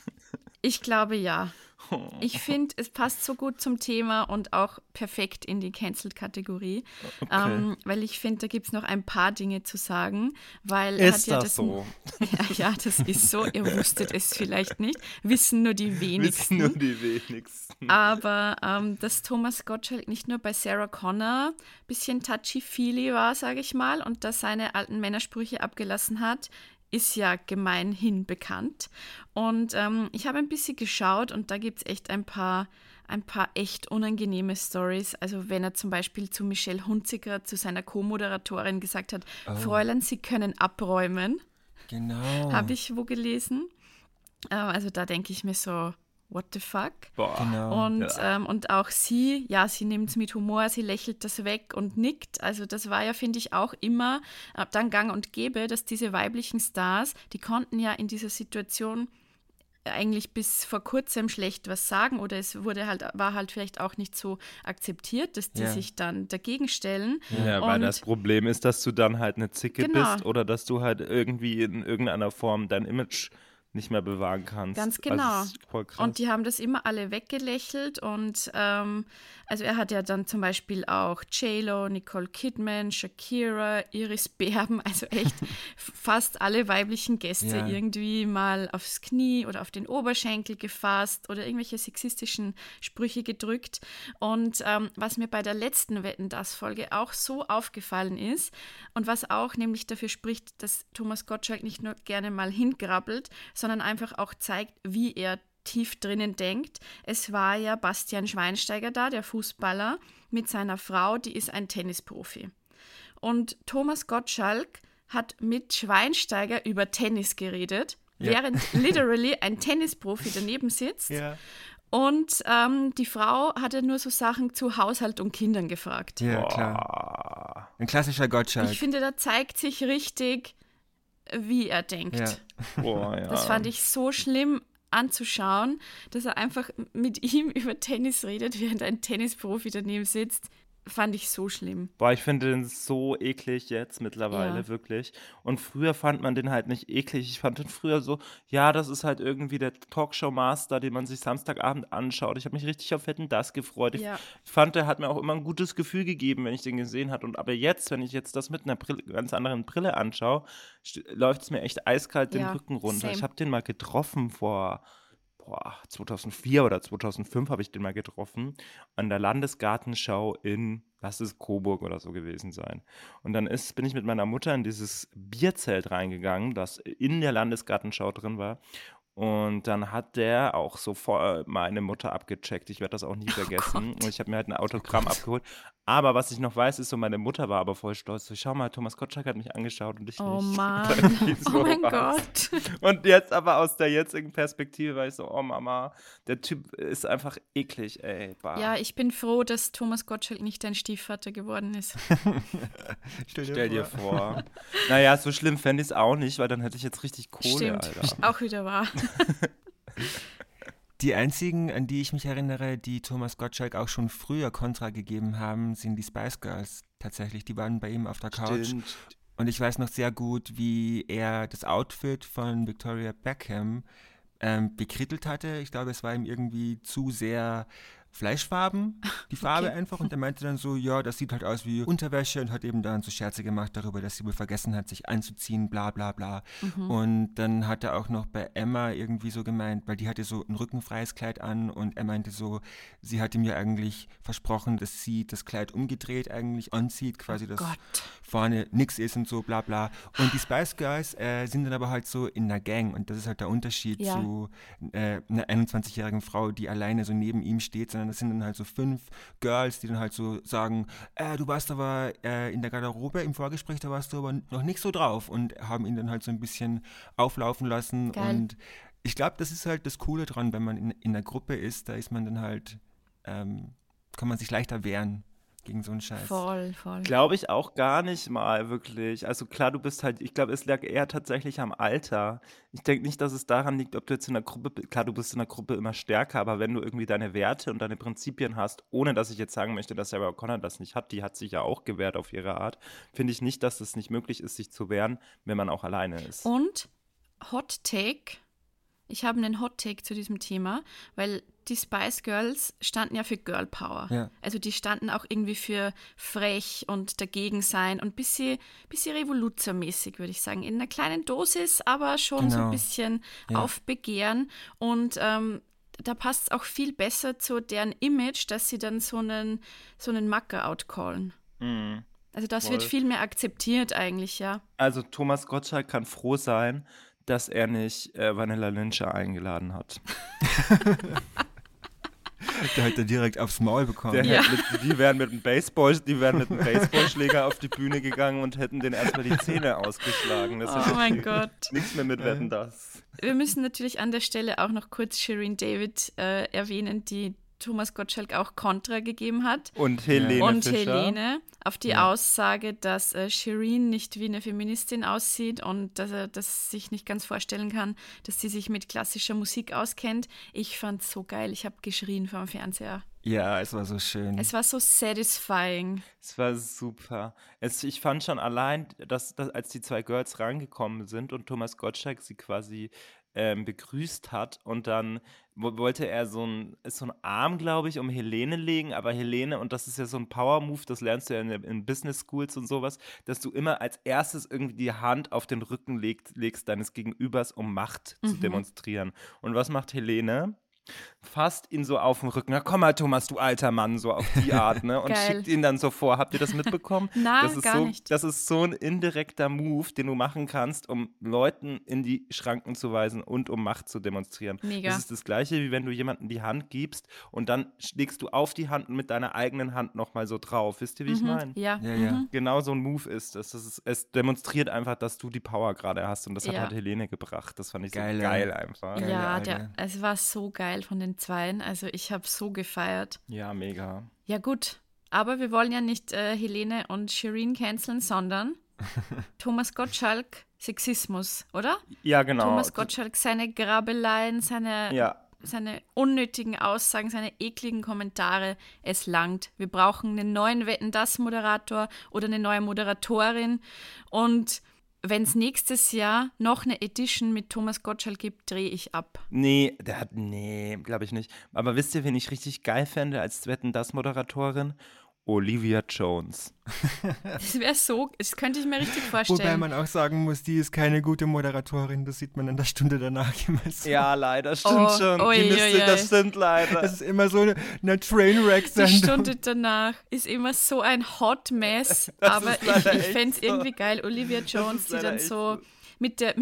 Ich glaube, ja. Ich finde, es passt so gut zum Thema und auch perfekt in die Cancelled-Kategorie, weil ich finde, da gibt es noch ein paar Dinge zu sagen, weil er hat ja das so? Ja, das ist so. Ihr wusstet es vielleicht nicht, wissen nur die wenigsten. Aber dass Thomas Gottschalk nicht nur bei Sarah Connor ein bisschen touchy-feely war, sage ich mal, und dass seine alten Männersprüche abgelassen hat, ist ja gemeinhin bekannt. Und ich habe ein bisschen geschaut und da gibt es echt ein paar echt unangenehme Stories. Also wenn er zum Beispiel zu Michelle Hunziker, zu seiner Co-Moderatorin gesagt hat, Fräulein, Sie können abräumen. Genau. Habe ich wo gelesen. Also da denke ich mir so, what the fuck? Boah. Genau. Und auch sie nimmt es mit Humor, sie lächelt das weg und nickt. Also das war ja, finde ich, auch immer dann gang und gäbe, dass diese weiblichen Stars, die konnten ja in dieser Situation eigentlich bis vor kurzem schlecht was sagen oder es war halt vielleicht auch nicht so akzeptiert, dass die sich dann dagegen stellen. Ja, weil das Problem ist, dass du dann halt eine Zicke Genau. bist oder dass du halt irgendwie in irgendeiner Form dein Image nicht mehr bewahren kannst. Ganz genau. Also, das ist voll krass. Und die haben das immer alle weggelächelt und also er hat ja dann zum Beispiel auch J-Lo, Nicole Kidman, Shakira, Iris Berben, also echt fast alle weiblichen Gäste irgendwie mal aufs Knie oder auf den Oberschenkel gefasst oder irgendwelche sexistischen Sprüche gedrückt. Und was mir bei der letzten Wetten, das Folge auch so aufgefallen ist und was auch nämlich dafür spricht, dass Thomas Gottschalk nicht nur gerne mal hingrabbelt, sondern einfach auch zeigt, wie er tief drinnen denkt. Es war ja Bastian Schweinsteiger da, der Fußballer, mit seiner Frau, die ist ein Tennisprofi. Und Thomas Gottschalk hat mit Schweinsteiger über Tennis geredet, während literally ein Tennisprofi daneben sitzt. Ja. Und die Frau hatte nur so Sachen zu Haushalt und Kindern gefragt. Ja, klar. Ein klassischer Gottschalk. Ich finde, da zeigt sich richtig, wie er denkt. Ja. Boah, ja. Das fand ich so schlimm anzuschauen, dass er einfach mit ihm über Tennis redet, während ein Tennisprofi daneben sitzt. Fand ich so schlimm. Boah, ich finde den so eklig jetzt mittlerweile, wirklich. Und früher fand man den halt nicht eklig. Ich fand den früher so, ja, das ist halt irgendwie der Talkshow-Master, den man sich Samstagabend anschaut. Ich habe mich richtig auf Wetten, das gefreut. Ich fand, der hat mir auch immer ein gutes Gefühl gegeben, wenn ich den gesehen habe. Aber jetzt, wenn ich jetzt das mit einer ganz anderen Brille anschaue, läuft es mir echt eiskalt den Rücken runter. Same. Ich habe den mal getroffen vor 2004 oder 2005 habe ich den mal getroffen, an der Landesgartenschau in, lass es Coburg oder so gewesen sein. Und dann bin ich mit meiner Mutter in dieses Bierzelt reingegangen, das in der Landesgartenschau drin war. Und dann hat der auch so meine Mutter abgecheckt. Ich werde das auch nie vergessen. Und ich habe mir halt ein Autogramm abgeholt. Aber was ich noch weiß, ist so, meine Mutter war aber voll stolz. So, schau mal, Thomas Gottschalk hat mich angeschaut und ich nicht. Oh Mann, so oh mein was. Gott. Und jetzt aber aus der jetzigen Perspektive war ich so, oh Mama, der Typ ist einfach eklig, ey. Bah. Ja, ich bin froh, dass Thomas Gottschalk nicht dein Stiefvater geworden ist. Stell dir vor. Naja, so schlimm fände ich es auch nicht, weil dann hätte ich jetzt richtig Kohle, Stimmt, Alter. auch wieder wahr. Die einzigen, an die ich mich erinnere, die Thomas Gottschalk auch schon früher Kontra gegeben haben, sind die Spice Girls tatsächlich. Die waren bei ihm auf der Couch. Stimmt. Und ich weiß noch sehr gut, wie er das Outfit von Victoria Beckham bekrittelt hatte. Ich glaube, es war ihm irgendwie zu sehr Fleischfarben, die Farbe einfach. Und er meinte dann so, ja, das sieht halt aus wie Unterwäsche und hat eben dann so Scherze gemacht darüber, dass sie wohl vergessen hat, sich anzuziehen, bla bla bla. Und dann hat er auch noch bei Emma irgendwie so gemeint, weil die hatte so ein rückenfreies Kleid an und er meinte so, sie hatte mir eigentlich versprochen, dass sie das Kleid umgedreht eigentlich anzieht, quasi dass vorne nix ist und so bla bla. Und die Spice Girls sind dann aber halt so in der Gang und das ist halt der Unterschied zu einer 21-jährigen Frau, die alleine so neben ihm steht, sondern das sind dann halt so 5 Girls, die dann halt so sagen, du warst aber in der Garderobe im Vorgespräch, da warst du aber noch nicht so drauf und haben ihn dann halt so ein bisschen auflaufen lassen. Geil. Und ich glaube, das ist halt das Coole dran, wenn man in der Gruppe ist, da ist man dann halt, kann man sich leichter wehren gegen so einen Scheiß. Voll. Glaube ich auch gar nicht mal, wirklich. Also klar, ich glaube, es lag eher tatsächlich am Alter. Ich denke nicht, dass es daran liegt, ob du jetzt in der Gruppe, klar, du bist in der Gruppe immer stärker, aber wenn du irgendwie deine Werte und deine Prinzipien hast, ohne dass ich jetzt sagen möchte, dass Sarah Connor das nicht hat, die hat sich ja auch gewehrt auf ihre Art, finde ich nicht, dass es nicht möglich ist, sich zu wehren, wenn man auch alleine ist. Und Hot Take. Ich habe einen Hot Take zu diesem Thema, weil die Spice Girls standen ja für Girl Power. Ja. Also die standen auch irgendwie für frech und dagegen sein und ein bisschen revoluzermäßig, würde ich sagen. In einer kleinen Dosis, aber schon so ein bisschen aufbegehren. Und da passt es auch viel besser zu deren Image, dass sie dann so einen Macker outcallen. Mhm. Also das Voll. wird viel mehr akzeptiert eigentlich, ja. Also Thomas Gottschalk kann froh sein, dass er nicht Vanilla Lyncher eingeladen hat. Der hat er direkt aufs Maul bekommen. Die wären mit einem Baseballschläger auf die Bühne gegangen und hätten den erstmal die Zähne ausgeschlagen. Das Oh mein Gott. Nichts mehr mit Wetten, das. Wir müssen natürlich an der Stelle auch noch kurz Shireen David erwähnen, die Thomas Gottschalk auch Kontra gegeben hat. Und Helene Fischer. Helene auf die Aussage, dass Shireen nicht wie eine Feministin aussieht und dass er das sich nicht ganz vorstellen kann, dass sie sich mit klassischer Musik auskennt. Ich fand's so geil. Ich habe geschrien vor dem Fernseher. Ja, es war so schön. Es war so satisfying. Es war super. Ich fand schon allein, dass als die 2 Girls rangekommen sind und Thomas Gottschalk sie quasi begrüßt hat und dann wollte er so einen Arm, glaube ich, um Helene legen, aber Helene, und das ist ja so ein Power-Move, das lernst du ja in Business Schools und sowas, dass du immer als erstes irgendwie die Hand auf den Rücken legst deines Gegenübers, um Macht zu demonstrieren. Und was macht Helene? Fasst ihn so auf den Rücken. Na komm mal, Thomas, du alter Mann, so auf die Art, ne? Und Geil. schickt ihn dann so vor. Habt ihr das mitbekommen? Nein, gar nicht. Das ist so ein indirekter Move, den du machen kannst, um Leuten in die Schranken zu weisen und um Macht zu demonstrieren. Mega. Das ist das Gleiche, wie wenn du jemandem die Hand gibst und dann legst du auf die Hand mit deiner eigenen Hand nochmal so drauf. Wisst ihr, wie ich meine? Ja. Genau so ein Move ist das. Es demonstriert einfach, dass du die Power gerade hast und das hat Ja. halt Helene gebracht. Das fand ich Geil, so geil einfach. Geile Ja, Alter. es war so geil von den Zweien. Also ich habe so gefeiert. Ja, mega. Ja gut, aber wir wollen ja nicht Helene und Shireen canceln, sondern Thomas Gottschalk Sexismus, oder? Ja, genau. Thomas Gottschalk, seine Grabeleien, seine unnötigen Aussagen, seine ekligen Kommentare, es langt. Wir brauchen einen neuen Wetten-das-Moderator oder eine neue Moderatorin und wenn es nächstes Jahr noch eine Edition mit Thomas Gottschalk gibt, drehe ich ab. Nee, glaube ich nicht. Aber wisst ihr, wen ich richtig geil fände als Wetten-das-Moderatorin? Olivia Jones. Das wäre so, das könnte ich mir richtig vorstellen. Wobei man auch sagen muss, die ist keine gute Moderatorin. Das sieht man in der Stunde danach immer so. Ja, leider, stimmt schon. Das stimmt leider. Das ist immer so eine Trainwreck-Sendung. Die Stunde danach ist immer so ein Hot Mess. Aber ich fände es irgendwie geil. Olivia Jones, die dann so mit der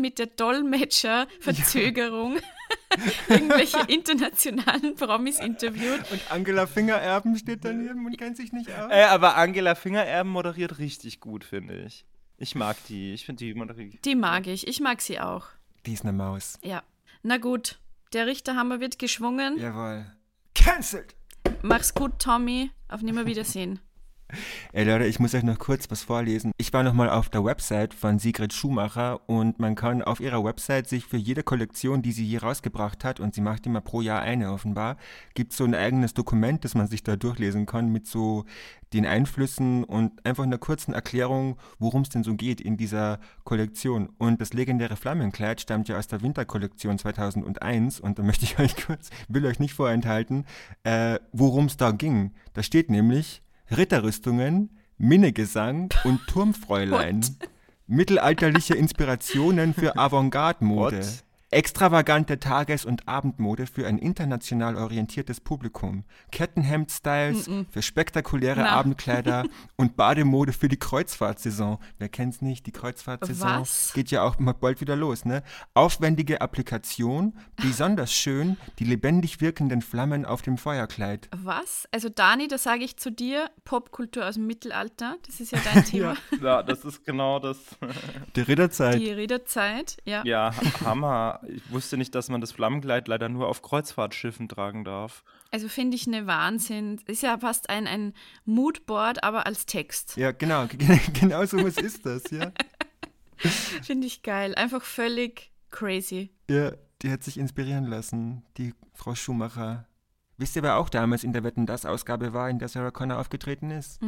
Dolmetscher-Verzögerung irgendwelche internationalen Promis interviewt. Und Angela Fingererben steht daneben und kennt sich nicht aus. Aber Angela Fingererben moderiert richtig gut, finde ich. Ich mag die. Ich finde die moderiert. Die mag ich. Ich mag sie auch. Die ist eine Maus. Ja. Na gut, der Richterhammer wird geschwungen. Jawohl. Cancelled! Mach's gut, Tommy. Auf Nimmerwiedersehen. Ey Leute, ich muss euch noch kurz was vorlesen. Ich war nochmal auf der Website von Sigrid Schumacher und man kann auf ihrer Website sich für jede Kollektion, die sie hier rausgebracht hat, und sie macht immer pro Jahr eine offenbar, gibt so ein eigenes Dokument, das man sich da durchlesen kann mit so den Einflüssen und einfach einer kurzen Erklärung, worum es denn so geht in dieser Kollektion. Und das legendäre Flammenkleid stammt ja aus der Winterkollektion 2001 und da möchte ich euch kurz, will euch nicht vorenthalten, worum es da ging. Da steht nämlich: Ritterrüstungen, Minnegesang und Turmfräulein. Mittelalterliche Inspirationen für Avantgarde-Mode. Extravagante Tages- und Abendmode für ein international orientiertes Publikum. Kettenhemd-Styles für spektakuläre Abendkleider und Bademode für die Kreuzfahrtsaison. Wer kennt's nicht? Die Kreuzfahrtsaison geht ja auch bald wieder los, ne? Aufwendige Applikation, besonders schön, die lebendig wirkenden Flammen auf dem Feuerkleid. Was? Also Dani, da sage ich zu dir, Popkultur aus dem Mittelalter, das ist ja dein Thema. Ja, das ist genau das. Die Ritterzeit. Die Ritterzeit, ja. Ja, Hammer. Ich wusste nicht, dass man das Flammenkleid leider nur auf Kreuzfahrtschiffen tragen darf. Also finde ich eine Wahnsinn. Ist ja fast ein Moodboard, aber als Text. Ja, genau. Genau so was ist das, ja. Finde ich geil. Einfach völlig crazy. Ja, die hat sich inspirieren lassen, die Frau Schumacher. Wisst ihr, wer auch damals in der Wetten, dass Ausgabe war, in der Sarah Connor aufgetreten ist?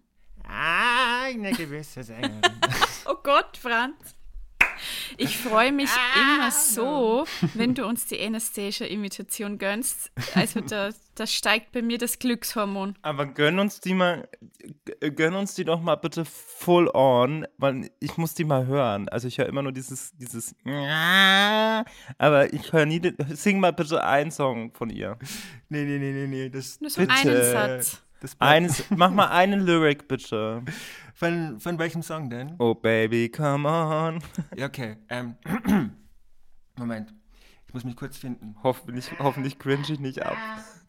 Eine gewisse Sängerin. Oh Gott, Franz. Ich freue mich immer so, wenn du uns die Anastasia-Imitation gönnst. Also da steigt bei mir das Glückshormon. Aber gönn uns die doch mal bitte full on, weil ich muss die mal hören. Also ich höre immer nur dieses aber ich höre nie, sing mal bitte einen Song von ihr. Nee. Nur so einen Satz. Mach mal einen Lyric bitte. Von welchem Song denn? Oh Baby, come on. Ja, okay. Moment. Ich muss mich kurz finden. Hoffentlich cringe ich nicht ab.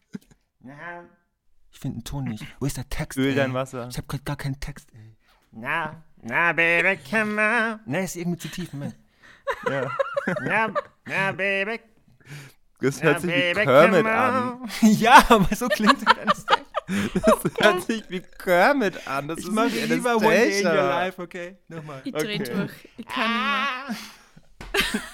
Ich finde den Ton nicht. Wo ist der Text? Öl dein Wasser. Ich habe gerade gar keinen Text, ey. Na, Baby, come on. Ne, ist irgendwie zu tief, Moment. Ja. Na, Baby. Das hört sich wie Kermit an. Ja, aber so klingt es ganz. Das hört sich wie Kermit an. Das ich ist mache nicht lieber One Day in Your Life, okay? Nochmal. Ich dreh durch. Ich kann nicht mehr.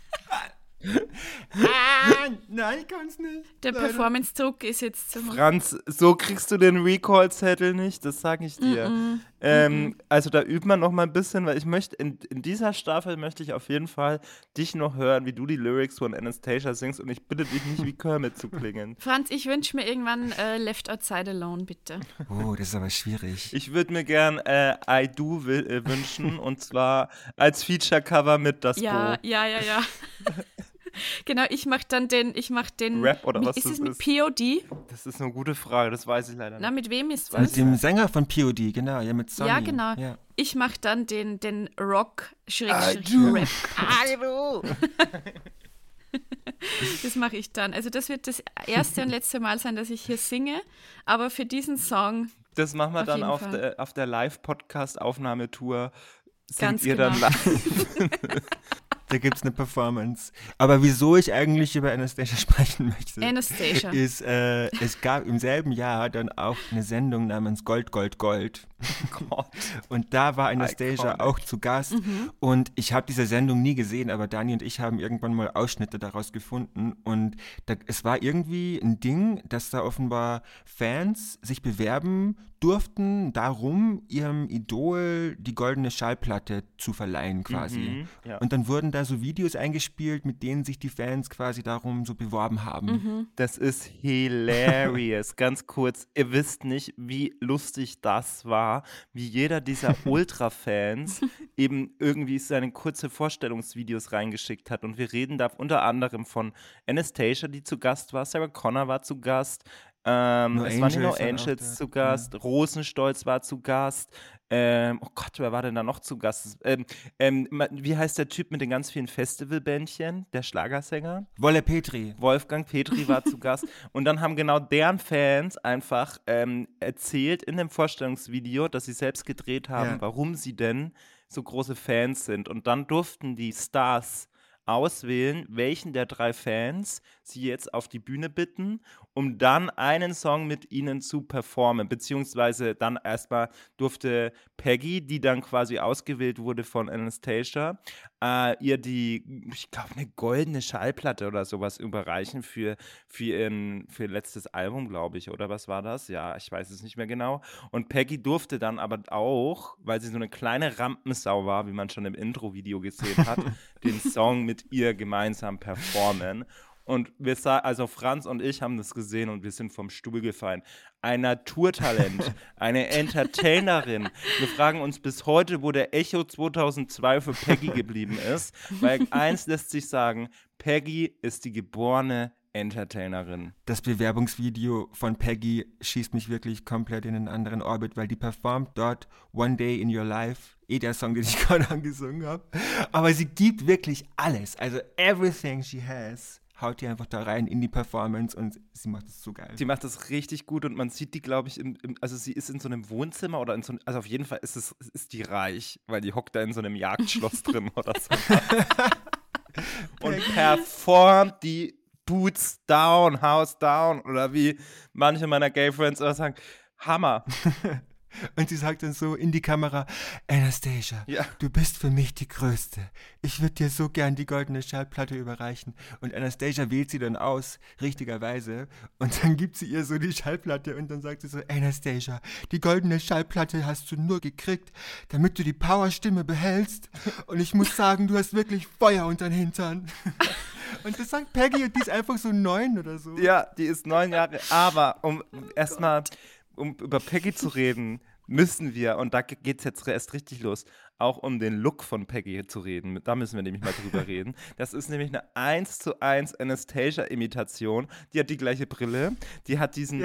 Nein, ich kann's nicht. Der Performance-Druck ist jetzt zum... Franz, so kriegst du den Recall-Zettel nicht, das sag ich dir. Also da übt man noch mal ein bisschen, weil ich möchte, in dieser Staffel möchte ich auf jeden Fall dich noch hören, wie du die Lyrics von Anastasia singst, und ich bitte dich nicht wie Kermit zu klingen. Franz, ich wünsche mir irgendwann Left Outside Alone, bitte. Oh, das ist aber schwierig. Ich würde mir gern I Do wünschen, und zwar als Feature-Cover mit Das Bo. Ja. Genau, ich mach den Rap oder was ist das es mit ist? POD? Das ist eine gute Frage, das weiß ich leider nicht. Na, mit wem ist das? Mit dem Sänger von POD, genau, ja, mit Sonny. Ja, genau. Ja. Ich mach dann den Rock-Rap. Das mache ich dann. Also das wird das erste und letzte Mal sein, dass ich hier singe, aber für diesen Song Das machen wir auf dann jeden auf Fall. der Live-Podcast-Aufnahmetour. Singt Ganz ihr genau. dann live? Da gibt's eine Performance. Aber wieso ich eigentlich über Anastasia sprechen möchte, Anastasia. ist, es gab im selben Jahr dann auch eine Sendung namens Gold, Gold, Gold. Gott. Und da war Anastasia Iconic. auch zu Gast. Und ich habe diese Sendung nie gesehen, aber Dani und ich haben irgendwann mal Ausschnitte daraus gefunden. Und es war irgendwie ein Ding, dass da offenbar Fans sich bewerben durften, darum ihrem Idol die goldene Schallplatte zu verleihen quasi. Ja. Und dann wurden da da so Videos eingespielt, mit denen sich die Fans quasi darum so beworben haben. Das ist hilarious. Ganz kurz, ihr wisst nicht, wie lustig das war, wie jeder dieser Ultra-Fans eben irgendwie seine kurze Vorstellungsvideos reingeschickt hat. Und wir reden da unter anderem von Anastasia, die zu Gast war, Sarah Connor war zu Gast, es waren die No Angels zu Gast, Rosenstolz war zu Gast, oh Gott, wer war denn da noch zu Gast? Wie heißt der Typ mit den ganz vielen Festivalbändchen, der Schlagersänger? Wolle Petri. Wolfgang Petri war zu Gast. Und dann haben genau deren Fans einfach erzählt in dem Vorstellungsvideo, das sie selbst gedreht haben, warum sie denn so große Fans sind. Und dann durften die Stars auswählen, welchen der 3 Fans sie jetzt auf die Bühne bitten, um dann einen Song mit ihnen zu performen, beziehungsweise dann erstmal durfte Peggy, die dann quasi ausgewählt wurde von Anastasia, ihr die, ich glaube, eine goldene Schallplatte oder sowas überreichen für ihr letztes Album, glaube ich, oder was war das? Ja, ich weiß es nicht mehr genau. Und Peggy durfte dann aber auch, weil sie so eine kleine Rampensau war, wie man schon im Intro-Video gesehen hat, den Song mit ihr gemeinsam performen. Und also Franz und ich haben das gesehen und wir sind vom Stuhl gefallen. Ein Naturtalent, eine Entertainerin. Wir fragen uns bis heute, wo der Echo 2002 für Peggy geblieben ist, weil eins lässt sich sagen, Peggy ist die geborene Entertainerin. Das Bewerbungsvideo von Peggy schießt mich wirklich komplett in einen anderen Orbit, weil die performt dort One Day in Your Life, der Song, den ich gerade angesungen habe. Aber sie gibt wirklich alles, also everything she has. Haut die einfach da rein in die Performance und sie macht es so geil. Sie macht das richtig gut und man sieht die, glaube ich, also sie ist in so einem Wohnzimmer oder also auf jeden Fall ist die reich, weil die hockt da in so einem Jagdschloss drin oder so. Und performt die Boots down, House down oder wie manche meiner Gay Friends immer sagen, Hammer. Und sie sagt dann so in die Kamera, Anastasia, du bist für mich die Größte. Ich würde dir so gern die goldene Schallplatte überreichen. Und Anastasia wählt sie dann aus, richtigerweise. Und dann gibt sie ihr so die Schallplatte und dann sagt sie so, Anastasia, die goldene Schallplatte hast du nur gekriegt, damit du die Powerstimme behältst. Und ich muss sagen, du hast wirklich Feuer unter den Hintern. Und das sagt Peggy und die ist einfach so 9 oder so. Ja, die ist 9 Jahre. Aber um über Peggy zu reden, müssen wir, und da geht es jetzt erst richtig los, auch um den Look von Peggy zu reden. Da müssen wir nämlich mal drüber reden. Das ist nämlich eine 1:1 Anastasia-Imitation. Die hat die gleiche Brille, die hat diesen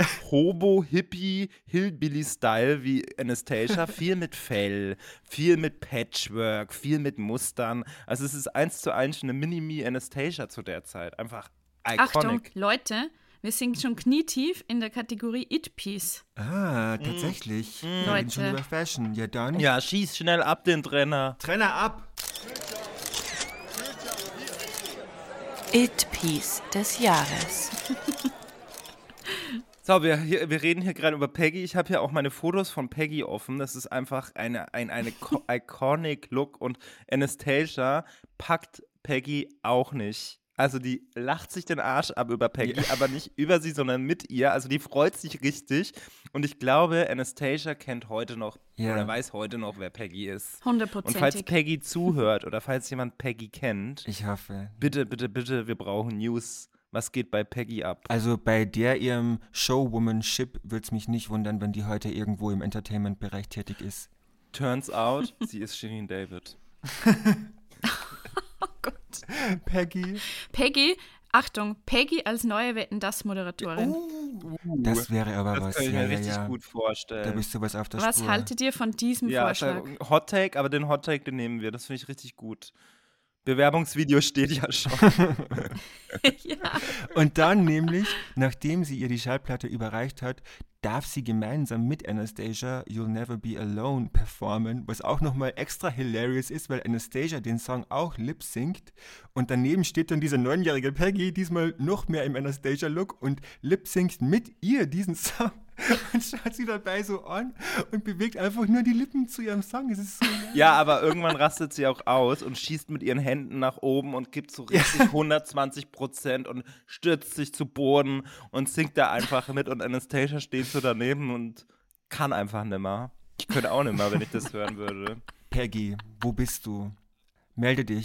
Hobo-Hippie-Hillbilly-Style wie Anastasia. Viel mit Fell, viel mit Patchwork, viel mit Mustern. Also es ist 1:1 eine Mini-Me-Anastasia zu der Zeit. Einfach iconic. Achtung, Leute, wir sind schon knietief in der Kategorie It-Piece. Ah, tatsächlich. Wir reden schon über Fashion. Ja, dann. Ja, schieß schnell ab den Trenner. Trenner ab! It-Piece des Jahres. So, wir reden hier gerade über Peggy. Ich habe hier auch meine Fotos von Peggy offen. Das ist einfach ein iconic Look. Und Anastasia packt Peggy auch nicht. Also die lacht sich den Arsch ab über Peggy, aber nicht über sie, sondern mit ihr. Also die freut sich richtig. Und ich glaube, Anastasia kennt heute noch oder weiß heute noch, wer Peggy ist. 100%. Und falls Peggy zuhört oder falls jemand Peggy kennt, ich hoffe. Bitte, bitte, bitte, wir brauchen News. Was geht bei Peggy ab? Also bei ihrem Showwomanship würde es mich nicht wundern, wenn die heute irgendwo im Entertainment-Bereich tätig ist. Turns out, sie ist Shirin David. Oh Gott. Peggy, Achtung, Peggy als neue Wetten-Das-Moderatorin. Das wäre aber das was. Das kann ich mir richtig gut vorstellen. Da bist du was auf der Was Spur. haltet ihr von diesem Vorschlag? Hot Take, aber den Hot Take, den nehmen wir. Das finde ich richtig gut. Bewerbungsvideo steht ja schon. Ja. Und dann nämlich, nachdem sie ihr die Schallplatte überreicht hat, darf sie gemeinsam mit Anastasia You'll Never Be Alone performen, was auch nochmal extra hilarious ist, weil Anastasia den Song auch lip-synct und daneben steht dann diese 9-jährige Peggy, diesmal noch mehr im Anastasia-Look und lip-synct mit ihr diesen Song und schaut sie dabei so an und bewegt einfach nur die Lippen zu ihrem Song. Es ist so ja, aber irgendwann rastet sie auch aus und schießt mit ihren Händen nach oben und gibt so richtig 120% und stürzt sich zu Boden und singt da einfach mit und Anastasia steht so daneben und kann einfach nimmer. Ich könnte auch nimmer, wenn ich das hören würde. Peggy, wo bist du? Melde dich.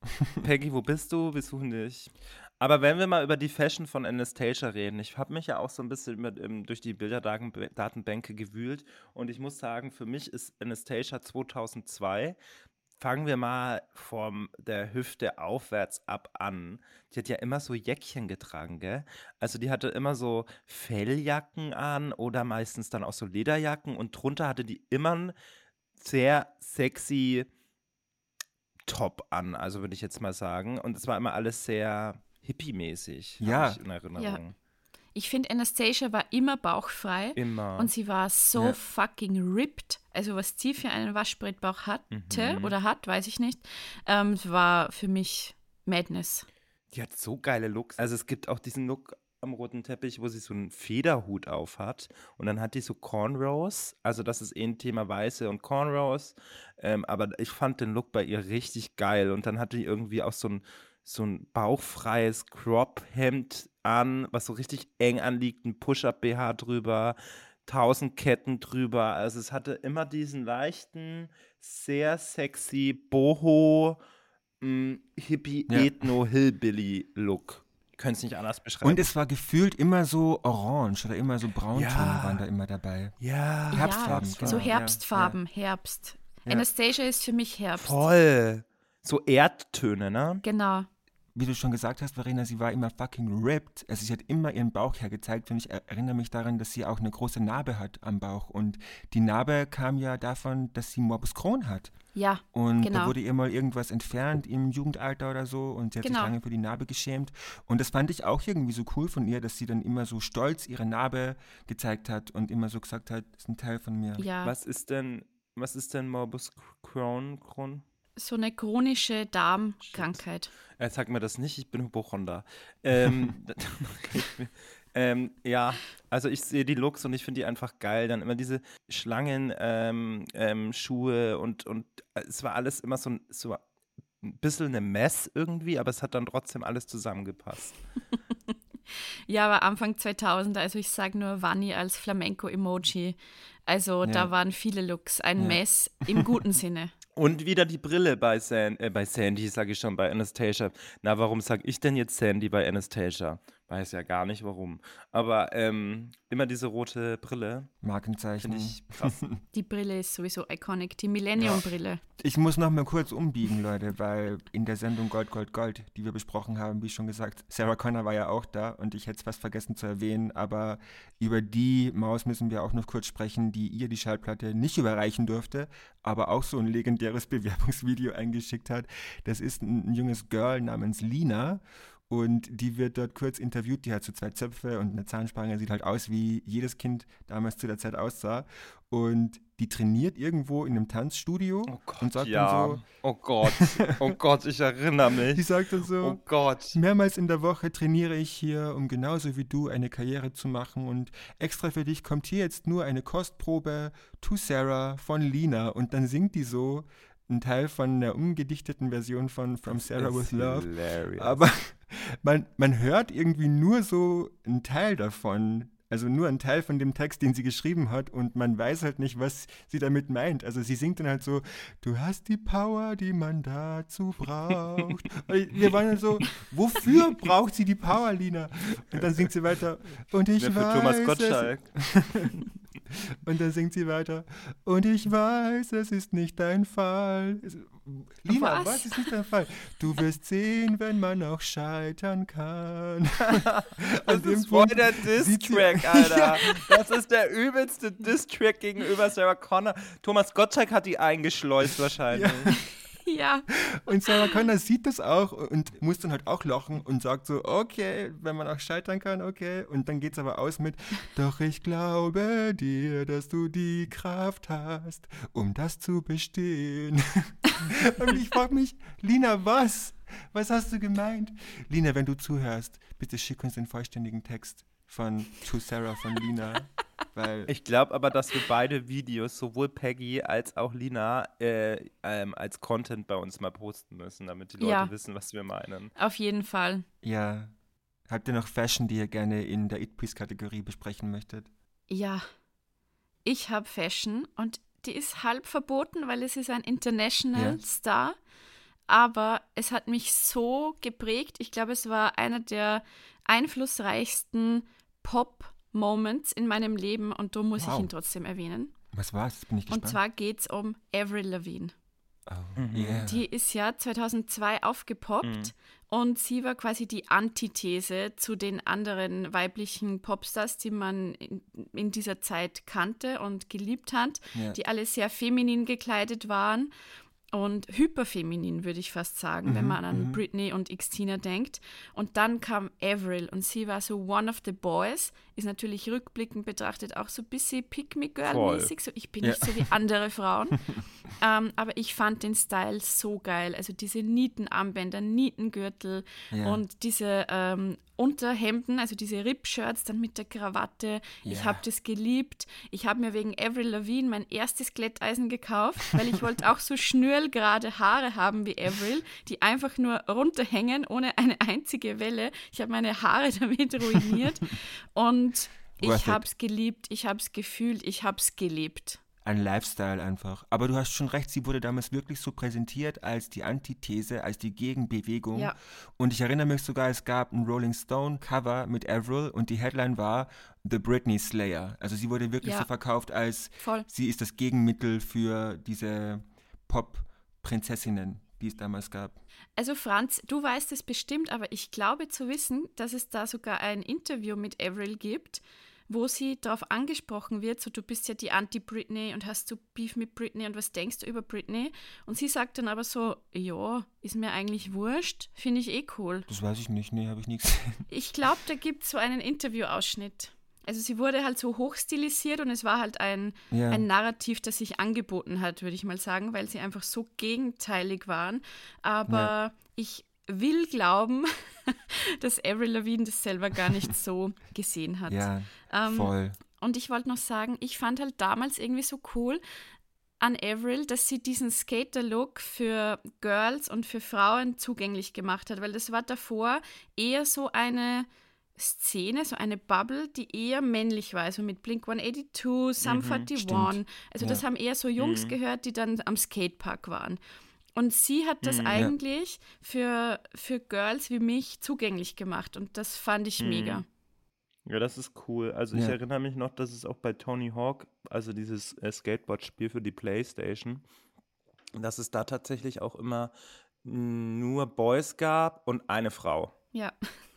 Peggy, wo bist du? Wir suchen dich. Aber wenn wir mal über die Fashion von Anastasia reden, ich habe mich ja auch so ein bisschen durch die Bilderdatenbänke gewühlt und ich muss sagen, für mich ist Anastasia 2002, fangen wir mal von der Hüfte aufwärts ab an. Die hat ja immer so Jäckchen getragen, gell? Also die hatte immer so Felljacken an oder meistens dann auch so Lederjacken und drunter hatte die immer einen sehr sexy Top an, also würde ich jetzt mal sagen. Und es war immer alles sehr hippie-mäßig, habe ich in Erinnerung. Ja. Ich finde, Anastasia war immer bauchfrei. Immer. Und sie war so fucking ripped. Also was sie für einen Waschbrettbauch hatte oder hat, weiß ich nicht. War für mich Madness. Die hat so geile Looks. Also es gibt auch diesen Look am roten Teppich, wo sie so einen Federhut auf hat. Und dann hat die so Cornrows. Also das ist ein Thema Weiße und Cornrows. Aber ich fand den Look bei ihr richtig geil. Und dann hatte die irgendwie auch so ein bauchfreies Crop-Hemd an, was so richtig eng anliegt, ein Push-Up-BH drüber, 1000 Ketten drüber. Also es hatte immer diesen leichten, sehr sexy Boho, Hippie-Ethno-Hillbilly-Look. Ich könnte es nicht anders beschreiben. Und es war gefühlt immer so orange oder immer so Brauntöne waren da immer dabei. Ja. Herbstfarben. Ja, so Herbstfarben, Herbst. Ja. Anastasia ist für mich Herbst. Voll. So Erdtöne, ne? Genau. Wie du schon gesagt hast, Verena, sie war immer fucking ripped. Also sie hat immer ihren Bauch hergezeigt und ich erinnere mich daran, dass sie auch eine große Narbe hat am Bauch. Und die Narbe kam ja davon, dass sie Morbus Crohn hat. Ja, und genau. Da wurde ihr mal irgendwas entfernt im Jugendalter oder so und sie hat sich lange für die Narbe geschämt. Und das fand ich auch irgendwie so cool von ihr, dass sie dann immer so stolz ihre Narbe gezeigt hat und immer so gesagt hat, das ist ein Teil von mir. Ja. Was ist denn Morbus Crohn? So eine chronische Darmkrankheit. Sag mir das nicht, ich bin Hypochonder. Ja, also ich sehe die Looks und ich finde die einfach geil. Dann immer diese Schlangen-Schuhe und es war alles immer so ein bisschen eine Mess irgendwie, aber es hat dann trotzdem alles zusammengepasst. Ja, aber Anfang 2000, also ich sage nur Vanni als Flamenco-Emoji. Also da waren viele Looks, ein Mess im guten Sinne. Und wieder die Brille bei Sandy, sage ich schon, bei Anastasia. Na, warum sage ich denn jetzt Sandy bei Anastasia? Weiß ja gar nicht, warum. Aber immer diese rote Brille. Markenzeichen. Finde ich krass. Die Brille ist sowieso iconic, die Millennium-Brille. Ich muss noch mal kurz umbiegen, Leute, weil in der Sendung Gold, Gold, Gold, die wir besprochen haben, wie schon gesagt, Sarah Connor war ja auch da und ich hätte es fast vergessen zu erwähnen, aber über die Maus müssen wir auch noch kurz sprechen, die ihr die Schallplatte nicht überreichen durfte, aber auch so ein legendäres Bewerbungsvideo eingeschickt hat. Das ist ein junges Girl namens Lina. Und die wird dort kurz interviewt, die hat so 2 Zöpfe und eine Zahnspange, sieht halt aus, wie jedes Kind damals zu der Zeit aussah. Und die trainiert irgendwo in einem Tanzstudio und sagt dann so... Oh Gott, ich erinnere mich. Die sagt dann so, oh Gott. Mehrmals in der Woche trainiere ich hier, um genauso wie du eine Karriere zu machen und extra für dich kommt hier jetzt nur eine Kostprobe To Sarah von Lina. Und dann singt die so ein Teil von der umgedichteten Version von From Sarah with Love. Hilarious. Aber man hört irgendwie nur so einen Teil davon, also nur einen Teil von dem Text, den sie geschrieben hat und man weiß halt nicht, was sie damit meint. Also sie singt dann halt so, du hast die Power, die man dazu braucht. Und wir waren dann so, wofür braucht sie die Power, Lina? Und dann singt sie weiter, und ich weiß, Thomas Gottschalk. Und dann singt sie weiter, und ich weiß, es ist nicht dein Fall. Lina, was ist nicht dein Fall? Du wirst sehen, wenn man auch scheitern kann. Das ist voll der Diss-Track, Alter. Ja. Das ist der übelste Diss-Track gegenüber Sarah Connor. Thomas Gottschalk hat die eingeschleust wahrscheinlich. Ja. Und Sarah Connor sieht das auch und muss dann halt auch lachen und sagt so, okay, wenn man auch scheitern kann, okay. Und dann geht's aber aus mit, doch ich glaube dir, dass du die Kraft hast, um das zu bestehen. Und ich frage mich, Lina, was? Was hast du gemeint? Lina, wenn du zuhörst, bitte schick uns den vollständigen Text von To Sarah von Lina. Weil ich glaube aber, dass wir beide Videos, sowohl Peggy als auch Lina, als Content bei uns mal posten müssen, damit die Leute wissen, was wir meinen. Auf jeden Fall. Ja. Habt ihr noch Fashion, die ihr gerne in der It-Please-Kategorie besprechen möchtet? Ja. Ich habe Fashion und die ist halb verboten, weil es ist ein International Star. aber es hat mich so geprägt. Ich glaube, es war einer der einflussreichsten Pop-Moments in meinem Leben und da muss ich ihn trotzdem erwähnen. Was war's? Bin ich gespannt. Und zwar geht es um Avril Lavigne. Oh, yeah. Die ist ja 2002 aufgepoppt und sie war quasi die Antithese zu den anderen weiblichen Popstars, die man in dieser Zeit kannte und geliebt hat, die alle sehr feminin gekleidet waren. Und hyperfeminin, würde ich fast sagen, wenn man an Britney und Xtina denkt. Und dann kam Avril und sie war so one of the boys, ist natürlich rückblickend betrachtet auch so ein bisschen Pick-me-Girl-mäßig, so ich bin nicht so wie andere Frauen. Aber ich fand den Style so geil, also diese Nietenarmbänder, Nietengürtel und diese Unterhemden, also diese Rip-Shirts dann mit der Krawatte. Ich habe das geliebt. Ich habe mir wegen Avril Lavigne mein erstes Glätteisen gekauft, weil ich wollte auch so schnürlgerade Haare haben wie Avril, die einfach nur runterhängen, ohne eine einzige Welle. Ich habe meine Haare damit ruiniert und ich habe es geliebt, ich habe es gefühlt, ich habe es gelebt. Ein Lifestyle einfach. Aber du hast schon recht, sie wurde damals wirklich so präsentiert als die Antithese, als die Gegenbewegung. Ja. Und ich erinnere mich sogar, es gab ein Rolling Stone Cover mit Avril und die Headline war The Britney Slayer. Also sie wurde wirklich so verkauft als sie ist das Gegenmittel für diese Pop-Prinzessinnen, die es damals gab. Also Franz, du weißt es bestimmt, aber ich glaube zu wissen, dass es da sogar ein Interview mit Avril gibt, wo sie darauf angesprochen wird, so du bist ja die Anti-Britney und hast du Beef mit Britney und was denkst du über Britney? Und sie sagt dann aber so, ja, ist mir eigentlich wurscht, finde ich eh cool. Das weiß ich nicht, nee, habe ich nie gesehen. Ich glaube, da gibt es so einen Interviewausschnitt. Also sie wurde halt so hochstilisiert und es war halt ein Narrativ, das sich angeboten hat, würde ich mal sagen, weil sie einfach so gegenteilig waren. Aber ich will glauben, dass Avril Lavigne das selber gar nicht so gesehen hat. Ja, voll. Und ich wollte noch sagen, ich fand halt damals irgendwie so cool an Avril, dass sie diesen Skater-Look für Girls und für Frauen zugänglich gemacht hat, weil das war davor eher so eine Szene, so eine Bubble, die eher männlich war, also mit Blink-182, Sum 41. Also das haben eher so Jungs gehört, die dann am Skatepark waren. Und sie hat das eigentlich für Girls wie mich zugänglich gemacht und das fand ich mega. Ja, das ist cool. Also ich erinnere mich noch, dass es auch bei Tony Hawk, also dieses Skateboard-Spiel für die Playstation, dass es da tatsächlich auch immer nur Boys gab und eine Frau. Ja.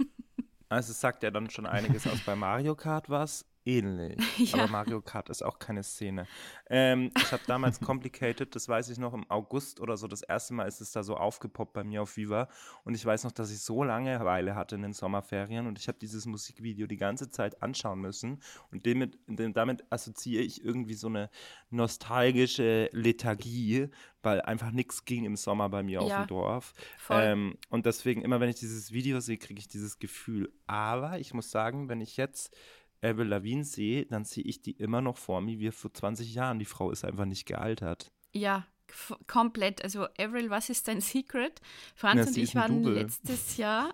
Also es sagt ja dann schon einiges aus. Bei Mario Kart war es ähnlich, aber Mario Kart ist auch keine Szene. Ich habe damals Complicated, das weiß ich noch, im August oder so, das erste Mal ist es da so aufgepoppt bei mir auf Viva und ich weiß noch, dass ich so Langeweile hatte in den Sommerferien und ich habe dieses Musikvideo die ganze Zeit anschauen müssen und damit assoziiere ich irgendwie so eine nostalgische Lethargie, weil einfach nichts ging im Sommer bei mir auf dem Dorf. Und deswegen, immer wenn ich dieses Video sehe, kriege ich dieses Gefühl. Aber ich muss sagen, wenn ich jetzt Avril Lavigne sehe, dann sehe ich die immer noch vor mir wie vor 20 Jahren. Die Frau ist einfach nicht gealtert. Ja, komplett. Also Avril, was ist dein Secret? Franz und ich waren letztes Jahr,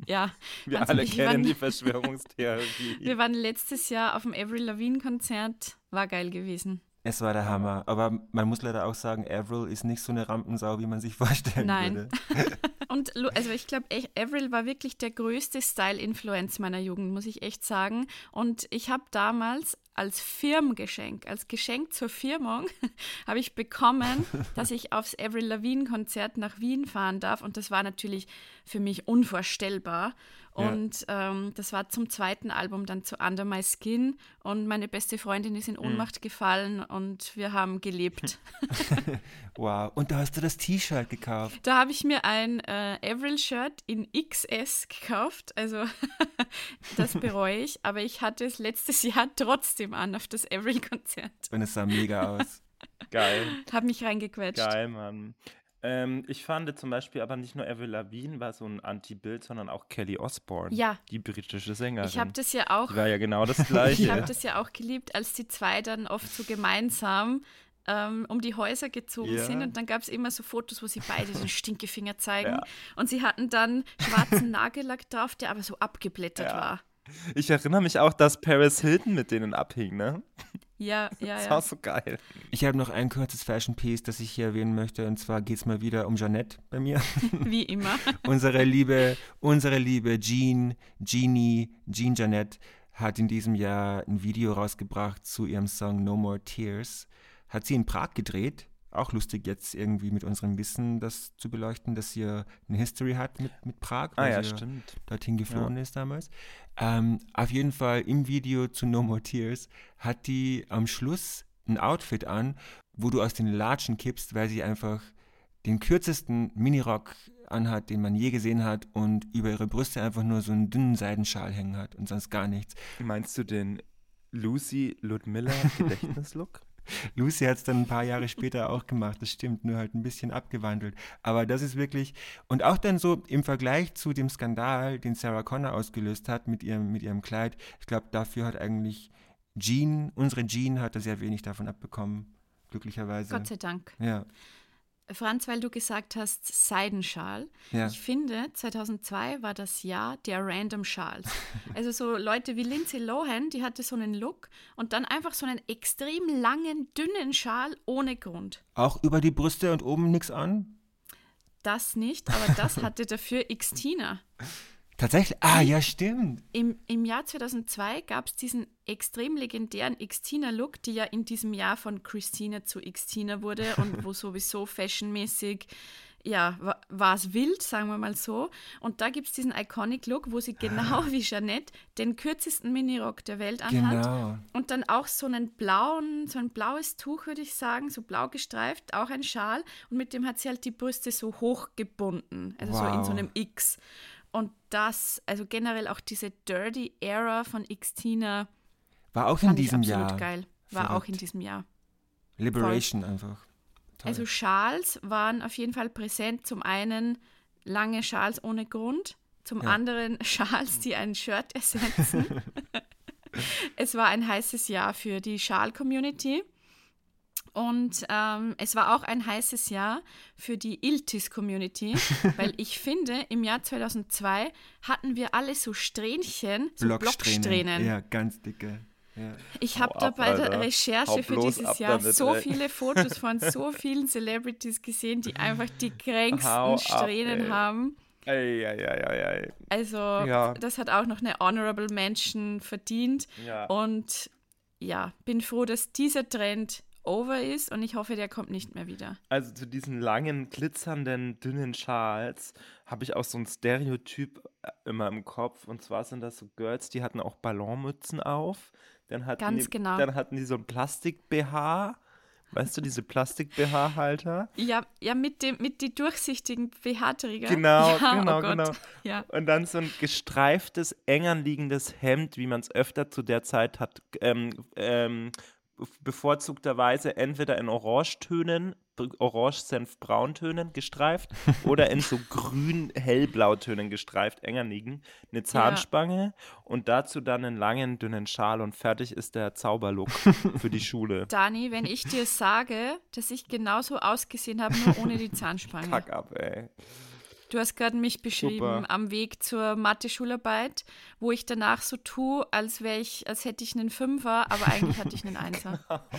wir alle kennen die Verschwörungstheorie. Wir waren letztes Jahr auf dem Avril Lavigne-Konzert, war geil gewesen. Es war der Hammer, aber man muss leider auch sagen, Avril ist nicht so eine Rampensau, wie man sich vorstellen würde. Und also ich glaube, Avril war wirklich der größte Style-Influence meiner Jugend, muss ich echt sagen. Und ich habe damals als Firmengeschenk, als Geschenk zur Firmung, habe ich bekommen, dass ich aufs Avril Lavigne-Konzert nach Wien fahren darf. Und das war natürlich für mich unvorstellbar. Und das war zum zweiten Album dann zu Under My Skin. Und meine beste Freundin ist in Ohnmacht gefallen und wir haben gelebt. Wow. Und da hast du das T-Shirt gekauft? Da habe ich mir ein Avril-Shirt in XS gekauft. Also das bereue ich. Aber ich hatte es letztes Jahr trotzdem an auf das Avril-Konzert. Und es sah mega aus. Geil. Hab mich reingequetscht. Geil, Mann. Ich fand zum Beispiel aber nicht nur Avril Lavigne war so ein Anti-Bild, sondern auch Kelly Osbourne, die britische Sängerin. Ich habe das ja auch. Die war ja genau das Gleiche. Ich habe das ja auch geliebt, als die zwei dann oft so gemeinsam um die Häuser gezogen sind und dann gab es immer so Fotos, wo sie beide den Stinkefinger zeigen und sie hatten dann schwarzen Nagellack drauf, der aber so abgeblättert war. Ich erinnere mich auch, dass Paris Hilton mit denen abhing, ne? Ja. Das war so geil. Ich habe noch ein kurzes Fashion Piece, das ich hier erwähnen möchte. Und zwar geht es mal wieder um Jeanette bei mir. Wie immer. unsere liebe Jean Jeanette hat in diesem Jahr ein Video rausgebracht zu ihrem Song No More Tears. Hat sie in Prag gedreht. Auch lustig jetzt irgendwie mit unserem Wissen das zu beleuchten, dass sie eine History hat mit Prag, weil sie stimmt. dorthin geflohen ist damals. Auf jeden Fall im Video zu No More Tears hat die am Schluss ein Outfit an, wo du aus den Latschen kippst, weil sie einfach den kürzesten Minirock anhat, den man je gesehen hat und über ihre Brüste einfach nur so einen dünnen Seidenschal hängen hat und sonst gar nichts. Meinst du den Lucy Ludmilla Gedächtnislook? Lucy hat es dann ein paar Jahre später auch gemacht, das stimmt, nur halt ein bisschen abgewandelt. Aber das ist wirklich, und auch dann so im Vergleich zu dem Skandal, den Sarah Connor ausgelöst hat mit ihrem Kleid, ich glaube, dafür hat eigentlich unsere Jean hat da sehr wenig davon abbekommen, glücklicherweise. Gott sei Dank. Ja. Franz, weil du gesagt hast, Seidenschal. Ja. Ich finde, 2002 war das Jahr der Random Schals. Also so Leute wie Lindsay Lohan, die hatte so einen Look und dann einfach so einen extrem langen, dünnen Schal ohne Grund. Auch über die Brüste und oben nichts an? Das nicht, aber das hatte dafür Xtina. Tatsächlich? Ah, ja, stimmt. Im Jahr 2002 gab es diesen extrem legendären Xtina-Look, die ja in diesem Jahr von Christina zu Xtina wurde und wo sowieso fashionmäßig, ja, war es wild, sagen wir mal so. Und da gibt es diesen Iconic-Look, wo sie genau wie Jeanette den kürzesten Minirock der Welt anhat. Genau. Und dann auch so ein blaues Tuch, würde ich sagen, so blau gestreift, auch ein Schal. Und mit dem hat sie halt die Brüste so hochgebunden, also so in so einem X. Und das, also generell auch diese Dirty Era von Xtina, war auch in diesem absolut Jahr. geil. War auch in diesem Jahr. Liberation voll. Einfach. Toll. Also Schals waren auf jeden Fall präsent. Zum einen lange Schals ohne Grund, zum anderen Schals, die ein Shirt ersetzen. Es war ein heißes Jahr für die Schal-Community. Und es war auch ein heißes Jahr für die Iltis-Community, weil ich finde, im Jahr 2002 hatten wir alle so Strähnchen, so Blocksträhnen. Ja, ganz dicke. Ja. Ich habe da bei der Recherche für dieses Jahr so viele Fotos von so vielen Celebrities gesehen, die einfach die kränksten Strähnen haben. Ei. Also das hat auch noch eine Honorable Mention verdient. Ja. Und ja, bin froh, dass dieser Trend over ist und ich hoffe, der kommt nicht mehr wieder. Also zu diesen langen, glitzernden, dünnen Schals habe ich auch so ein Stereotyp immer im Kopf. Und zwar sind das so Girls, die hatten auch Ballonmützen auf. Dann hatten die so ein Plastik-BH. Weißt du, diese Plastik-BH-Halter? Ja, mit die durchsichtigen BH-Träger. Genau, ja, genau. Ja. Und dann so ein gestreiftes, eng anliegendes Hemd, wie man es öfter zu der Zeit hat, bevorzugterweise entweder in Orangetönen, Orange-Senf-Brauntönen gestreift oder in so grün-hellblautönen gestreift, enger liegen, eine Zahnspange und dazu dann einen langen, dünnen Schal und fertig ist der Zauberlook für die Schule. Dani, wenn ich dir sage, dass ich genauso ausgesehen habe, nur ohne die Zahnspange. Kack ab, ey. Du hast gerade mich beschrieben am Weg zur Mathe-Schularbeit, wo ich danach so tue, als hätte ich einen Fünfer, aber eigentlich hatte ich einen Einser.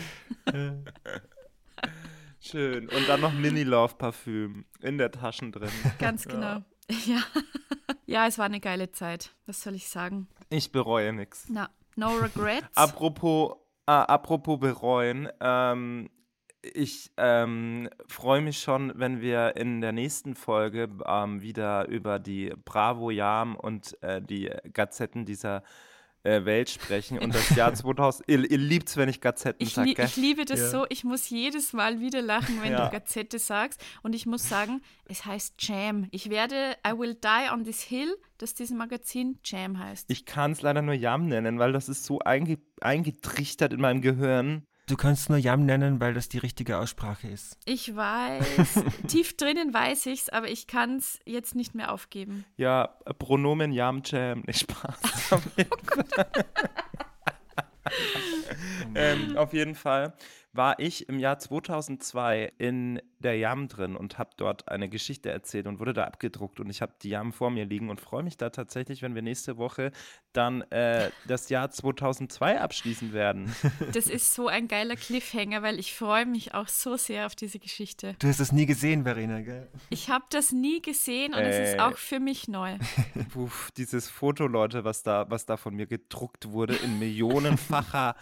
Schön. Und dann noch Mini-Love-Parfüm in der Tasche drin. Ganz genau. Ja, es war eine geile Zeit. Was soll ich sagen? Ich bereue nichts. No regrets. Apropos bereuen, ich freue mich schon, wenn wir in der nächsten Folge wieder über die Bravo, Jam und die Gazetten dieser Welt sprechen und das Jahr 2000. Ihr liebt's, wenn ich Gazetten sage, gell? Ich liebe das so. Ich muss jedes Mal wieder lachen, wenn du Gazette sagst. Und ich muss sagen, es heißt Jam. I will die on this hill, dass dieses Magazin Jam heißt. Ich kann es leider nur Jam nennen, weil das ist so eingetrichtert in meinem Gehirn. Du kannst nur Jam nennen, weil das die richtige Aussprache ist. Ich weiß, tief drinnen weiß ich's, aber ich kann es jetzt nicht mehr aufgeben. Ja, Pronomen Jam, Jam, nicht Spaß. Auf jeden Fall war ich im Jahr 2002 in der Jam drin und habe dort eine Geschichte erzählt und wurde da abgedruckt. Und ich habe die Jam vor mir liegen und freue mich da tatsächlich, wenn wir nächste Woche dann das Jahr 2002 abschließen werden. Das ist so ein geiler Cliffhanger, weil ich freue mich auch so sehr auf diese Geschichte. Du hast das nie gesehen, Verena, gell? Ich habe das nie gesehen und es ist auch für mich neu. Dieses Foto, Leute, was da von mir gedruckt wurde in millionenfacher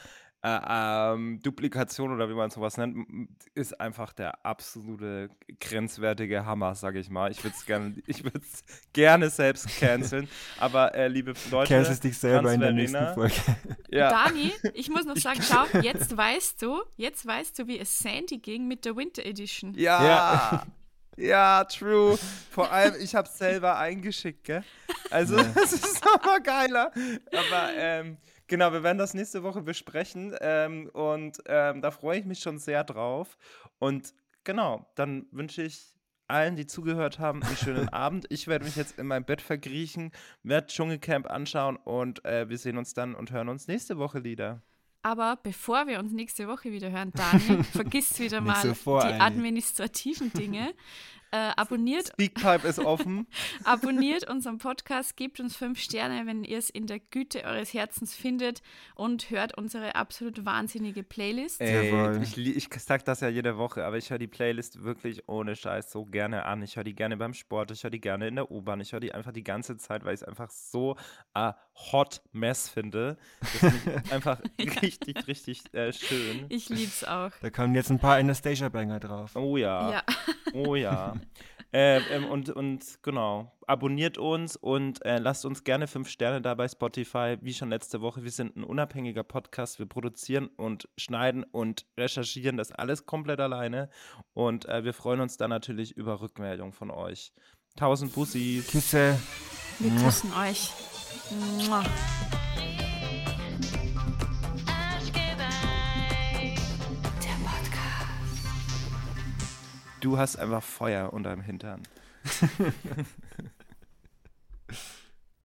Duplikation oder wie man sowas nennt, ist einfach der absolute grenzwertige Hammer, sage ich mal. Ich würde es gerne selbst canceln, aber liebe Leute, cancelst dich selber in der nächsten Folge. Ja. Dani, ich muss noch sagen, schau, jetzt weißt du, wie es Sandy ging mit der Winter Edition. Ja, true. Vor allem, ich habe es selber eingeschickt, gell? Also, das ist nochmal geiler. Aber genau, wir werden das nächste Woche besprechen und da freue ich mich schon sehr drauf. Und genau, dann wünsche ich allen, die zugehört haben, einen schönen Abend. Ich werde mich jetzt in mein Bett verkriechen, werde Dschungelcamp anschauen und wir sehen uns dann und hören uns nächste Woche wieder. Aber bevor wir uns nächste Woche wieder hören, Daniel, vergiss wieder mal die administrativen Dinge. Abonniert. Speakpipe ist offen. Abonniert unseren Podcast, gebt uns 5 Sterne, wenn ihr es in der Güte eures Herzens findet und hört unsere absolut wahnsinnige Playlist. Ich sag das ja jede Woche, aber ich höre die Playlist wirklich ohne Scheiß so gerne an. Ich höre die gerne beim Sport, ich höre die gerne in der U-Bahn, ich höre die einfach die ganze Zeit, weil ich es einfach so hot mess finde. Das finde ich einfach richtig, richtig schön. Ich lieb's auch. Da kommen jetzt ein paar Anastasia-Banger drauf. Oh ja. Oh ja. Und genau, abonniert uns und lasst uns gerne 5 Sterne da bei Spotify, wie schon letzte Woche. Wir sind ein unabhängiger Podcast, wir produzieren und schneiden und recherchieren das alles komplett alleine und wir freuen uns dann natürlich über Rückmeldungen von euch. 1000 Bussis. Küsse. Wir küssen euch. Mua. Du hast einfach Feuer unterm Hintern.